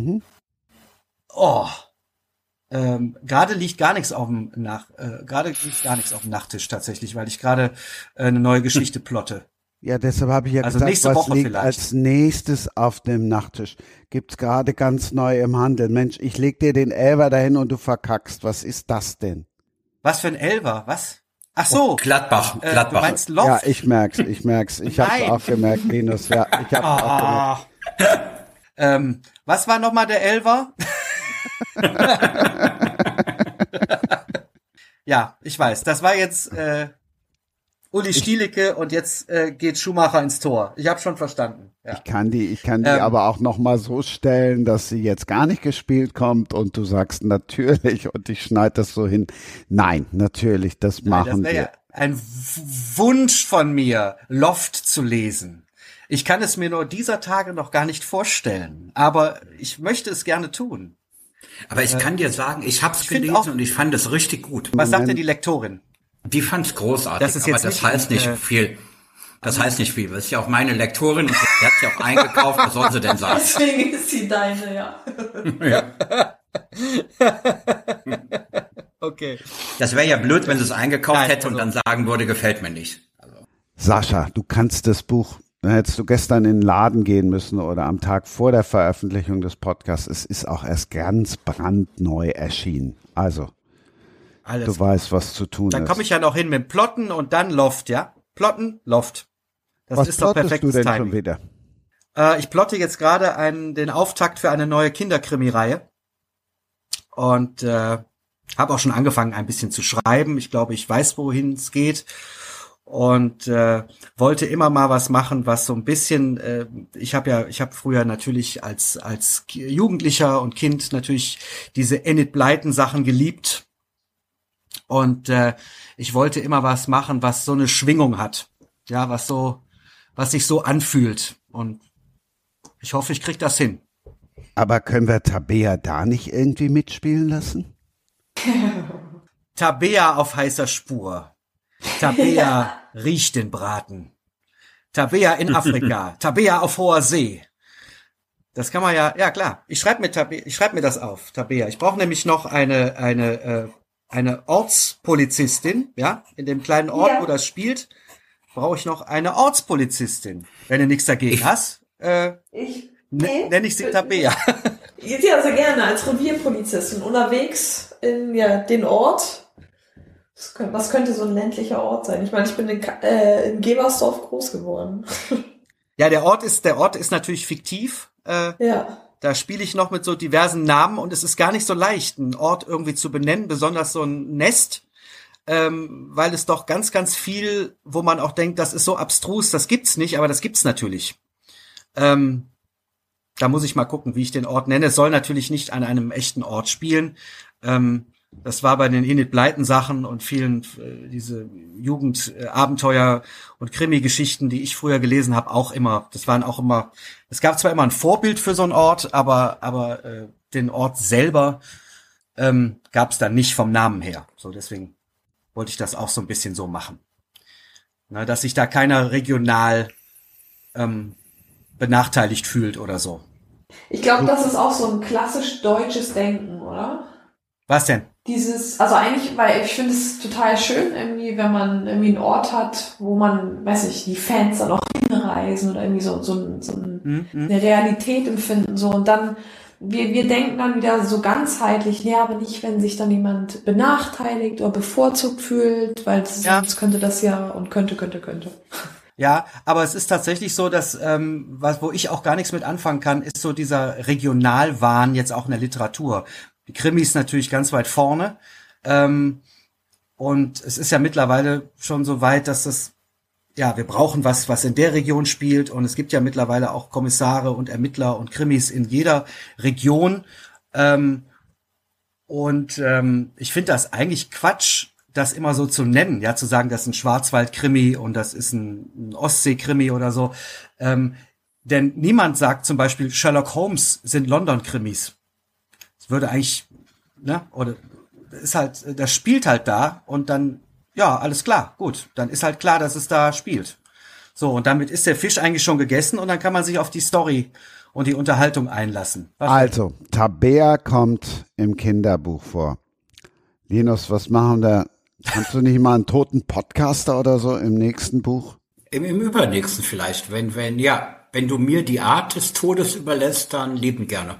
Gerade liegt gar nichts auf dem Nachttisch tatsächlich, weil ich gerade eine neue Geschichte plotte. Ja, deshalb habe ich ja gesagt, nächste was Woche liegt vielleicht. als nächstes auf dem Nachttisch? Gibt's gerade ganz neu im Handel. Mensch, ich leg dir den Elfer dahin und du verkackst. Was ist das denn? Was für ein Elfer? Was? Ach so. Gladbach. Du meinst Loft? Ja, ich merk's. Ich hab's auch gemerkt, Linus. Ja, ich hab's auch gemerkt. Was war nochmal der Elfer? Ja, ich weiß. Das war jetzt Uli Stielicke und jetzt geht Schumacher ins Tor. Ich habe schon verstanden. Ja. Ich kann die aber auch noch mal so stellen, dass sie jetzt gar nicht gespielt kommt und du sagst natürlich und ich schneide das so hin. Nein, natürlich, das machen das wir. Ja ein Wunsch von mir, Loft zu lesen. Ich kann es mir nur dieser Tage noch gar nicht vorstellen, aber ich möchte es gerne tun. Aber ich kann dir sagen, ich habe es gelesen und ich fand es richtig gut. Was sagt denn die Lektorin? Die fand es großartig, das ist jetzt aber das heißt nicht viel. Das heißt nicht viel. Das ist ja auch meine Lektorin und die hat sie auch eingekauft. Was soll sie denn sagen? Deswegen ist sie deine, ja. Ja. Okay. Das wäre ja blöd, wenn sie es eingekauft hätte und dann sagen würde, gefällt mir nicht. Also. Sascha, du kannst das Buch, dann hättest du gestern in den Laden gehen müssen oder am Tag vor der Veröffentlichung des Podcasts. Es ist auch erst ganz brandneu erschienen. Also, du weißt, was zu tun ist. Dann komme ich ja noch hin mit Plotten und dann Loft, ja? Plotten, Loft. Das was ist doch perfektes du denn Timing. schon wieder? Ich plotte jetzt gerade den Auftakt für eine neue Kinderkrimi-Reihe und habe auch schon angefangen, ein bisschen zu schreiben. Ich glaube, ich weiß, wohin es geht und wollte immer mal was machen, was so ein bisschen. Ich habe früher natürlich als Jugendlicher und Kind natürlich diese Enid Blyton Sachen geliebt und ich wollte immer was machen, was so eine Schwingung hat, ja, was sich so anfühlt und ich hoffe, ich krieg das hin. Aber können wir Tabea da nicht irgendwie mitspielen lassen? Tabea auf heißer Spur. Tabea riecht den Braten. Tabea in Afrika. Tabea auf hoher See. Das kann man ja klar. Ich schreibe mir das auf, Tabea. Ich brauche nämlich noch eine Ortspolizistin, ja, in dem kleinen Ort, wo das spielt, brauche ich noch eine Ortspolizistin. Wenn du nichts dagegen hast. Nenne ich sie Tabea. Ja, sehr gerne, als Revierpolizistin unterwegs in den Ort. Was könnte so ein ländlicher Ort sein? Ich meine, ich bin in Gebersdorf groß geworden. Ja, der Ort ist natürlich fiktiv. Ja. Da spiele ich noch mit so diversen Namen und es ist gar nicht so leicht, einen Ort irgendwie zu benennen, besonders so ein Nest, weil es doch ganz, ganz viel, wo man auch denkt, das ist so abstrus, das gibt's nicht, aber das gibt's natürlich. Da muss ich mal gucken, wie ich den Ort nenne. Es soll natürlich nicht an einem echten Ort spielen. Das war bei den Enid Blyton Sachen und vielen diese Jugendabenteuer und Krimi-Geschichten, die ich früher gelesen habe, auch immer. Das waren auch immer. Es gab zwar immer ein Vorbild für so einen Ort, aber den Ort selber gab es dann nicht vom Namen her. So deswegen wollte ich das auch so ein bisschen so machen, dass sich da keiner regional benachteiligt fühlt oder so. Ich glaube, das ist auch so ein klassisch deutsches Denken, oder? Was denn? Also eigentlich, weil ich finde es total schön, irgendwie, wenn man irgendwie einen Ort hat, wo man, weiß ich, die Fans dann auch hinreisen oder irgendwie so eine Realität empfinden, so. Und dann, wir denken dann wieder so ganzheitlich, nee, aber nicht, wenn sich dann jemand benachteiligt oder bevorzugt fühlt, weil sonst könnte das ja und könnte. Ja, aber es ist tatsächlich so, dass wo ich auch gar nichts mit anfangen kann, ist so dieser Regionalwahn jetzt auch in der Literatur. Die Krimis natürlich ganz weit vorne, Und es ist ja mittlerweile schon so weit, dass wir brauchen was in der Region spielt. Und es gibt ja mittlerweile auch Kommissare und Ermittler und Krimis in jeder Region. Ich finde das eigentlich Quatsch, das immer so zu nennen, ja, zu sagen, das ist ein Schwarzwald-Krimi und das ist ein Ostsee-Krimi oder so. Denn niemand sagt zum Beispiel, Sherlock Holmes sind London-Krimis. Das würde eigentlich, ne, oder ist halt, das spielt halt da und dann, ja, alles klar, gut, dann ist halt klar, dass es da spielt. So, und damit ist der Fisch eigentlich schon gegessen und dann kann man sich auf die Story und die Unterhaltung einlassen. Also, Tabea kommt im Kinderbuch vor. Linus, was machen wir? Kannst du nicht mal einen toten Podcaster oder so im nächsten Buch? Im übernächsten vielleicht. Wenn du mir die Art des Todes überlässt, dann liebend gerne.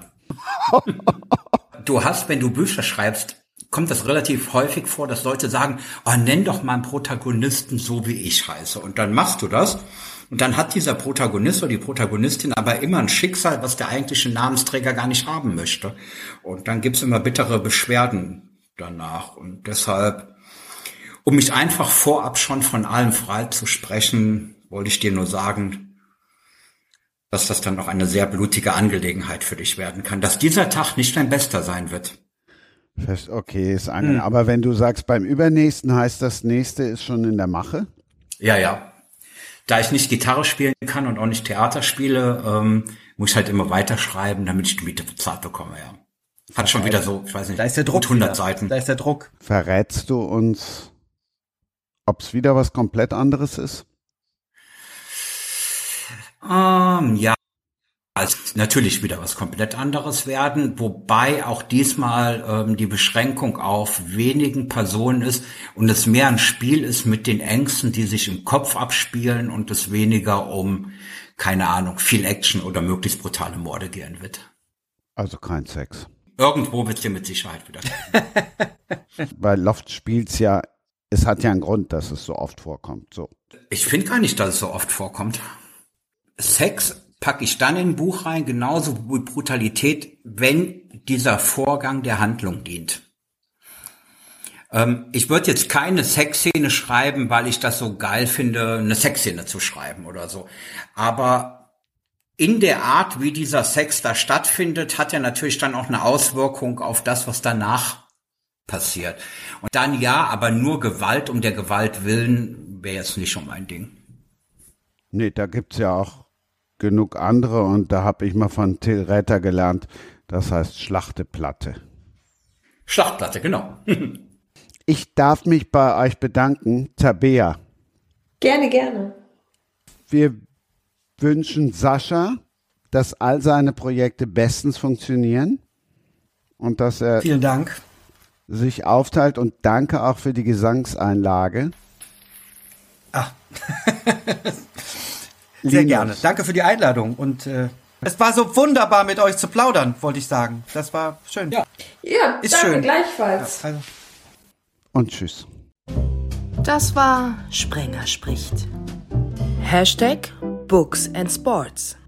Du hast, wenn du Bücher schreibst, kommt das relativ häufig vor, dass Leute sagen, oh, nenn doch mal einen Protagonisten so, wie ich heiße. Und dann machst du das. Und dann hat dieser Protagonist oder die Protagonistin aber immer ein Schicksal, was der eigentliche Namensträger gar nicht haben möchte. Und dann gibt's immer bittere Beschwerden danach. Und deshalb, um mich einfach vorab schon von allem frei zu sprechen, wollte ich dir nur sagen, dass das dann auch eine sehr blutige Angelegenheit für dich werden kann. Dass dieser Tag nicht dein bester sein wird. Okay, ist angenehm. Aber wenn du sagst, beim übernächsten heißt das nächste ist schon in der Mache? Ja. Da ich nicht Gitarre spielen kann und auch nicht Theater spiele, muss ich halt immer weiterschreiben, damit ich die Miete bezahlt bekomme, ja. Hat schon wieder so, ich weiß nicht, da ist der Druck 100 Seiten. Da ist der Druck. Verrätst du uns, ob es wieder was komplett anderes ist? Ja, also natürlich wieder was komplett anderes werden, wobei auch diesmal die Beschränkung auf wenigen Personen ist und es mehr ein Spiel ist mit den Ängsten, die sich im Kopf abspielen und es weniger um, keine Ahnung, viel Action oder möglichst brutale Morde gehen wird. Also kein Sex. Irgendwo wird es dir mit Sicherheit wieder geben. Bei Loft spielt's ja, es hat ja einen Grund, dass es so oft vorkommt. So. Ich finde gar nicht, dass es so oft vorkommt. Sex packe ich dann in ein Buch rein, genauso wie Brutalität, wenn dieser Vorgang der Handlung dient. Ich würde jetzt keine Sexszene schreiben, weil ich das so geil finde, eine Sexszene zu schreiben oder so. Aber in der Art, wie dieser Sex da stattfindet, hat er natürlich dann auch eine Auswirkung auf das, was danach passiert. Und dann ja, aber nur Gewalt um der Gewalt willen wäre jetzt nicht schon mein Ding. Nee, da gibt's ja auch genug andere und da habe ich mal von Till Räther gelernt, das heißt Schlachteplatte. Schlachtplatte, genau. Ich darf mich bei euch bedanken, Tabea. Gerne. Wir wünschen Sascha, dass all seine Projekte bestens funktionieren und dass er Vielen Dank. sich aufteilt und danke auch für die Gesangseinlage. Sehr gerne. Danke für die Einladung und es war so wunderbar, mit euch zu plaudern, wollte ich sagen. Das war schön. Ja, ist danke schön. Gleichfalls. Ja, also. Und tschüss. Das war Sprenger spricht. #Books and Sports.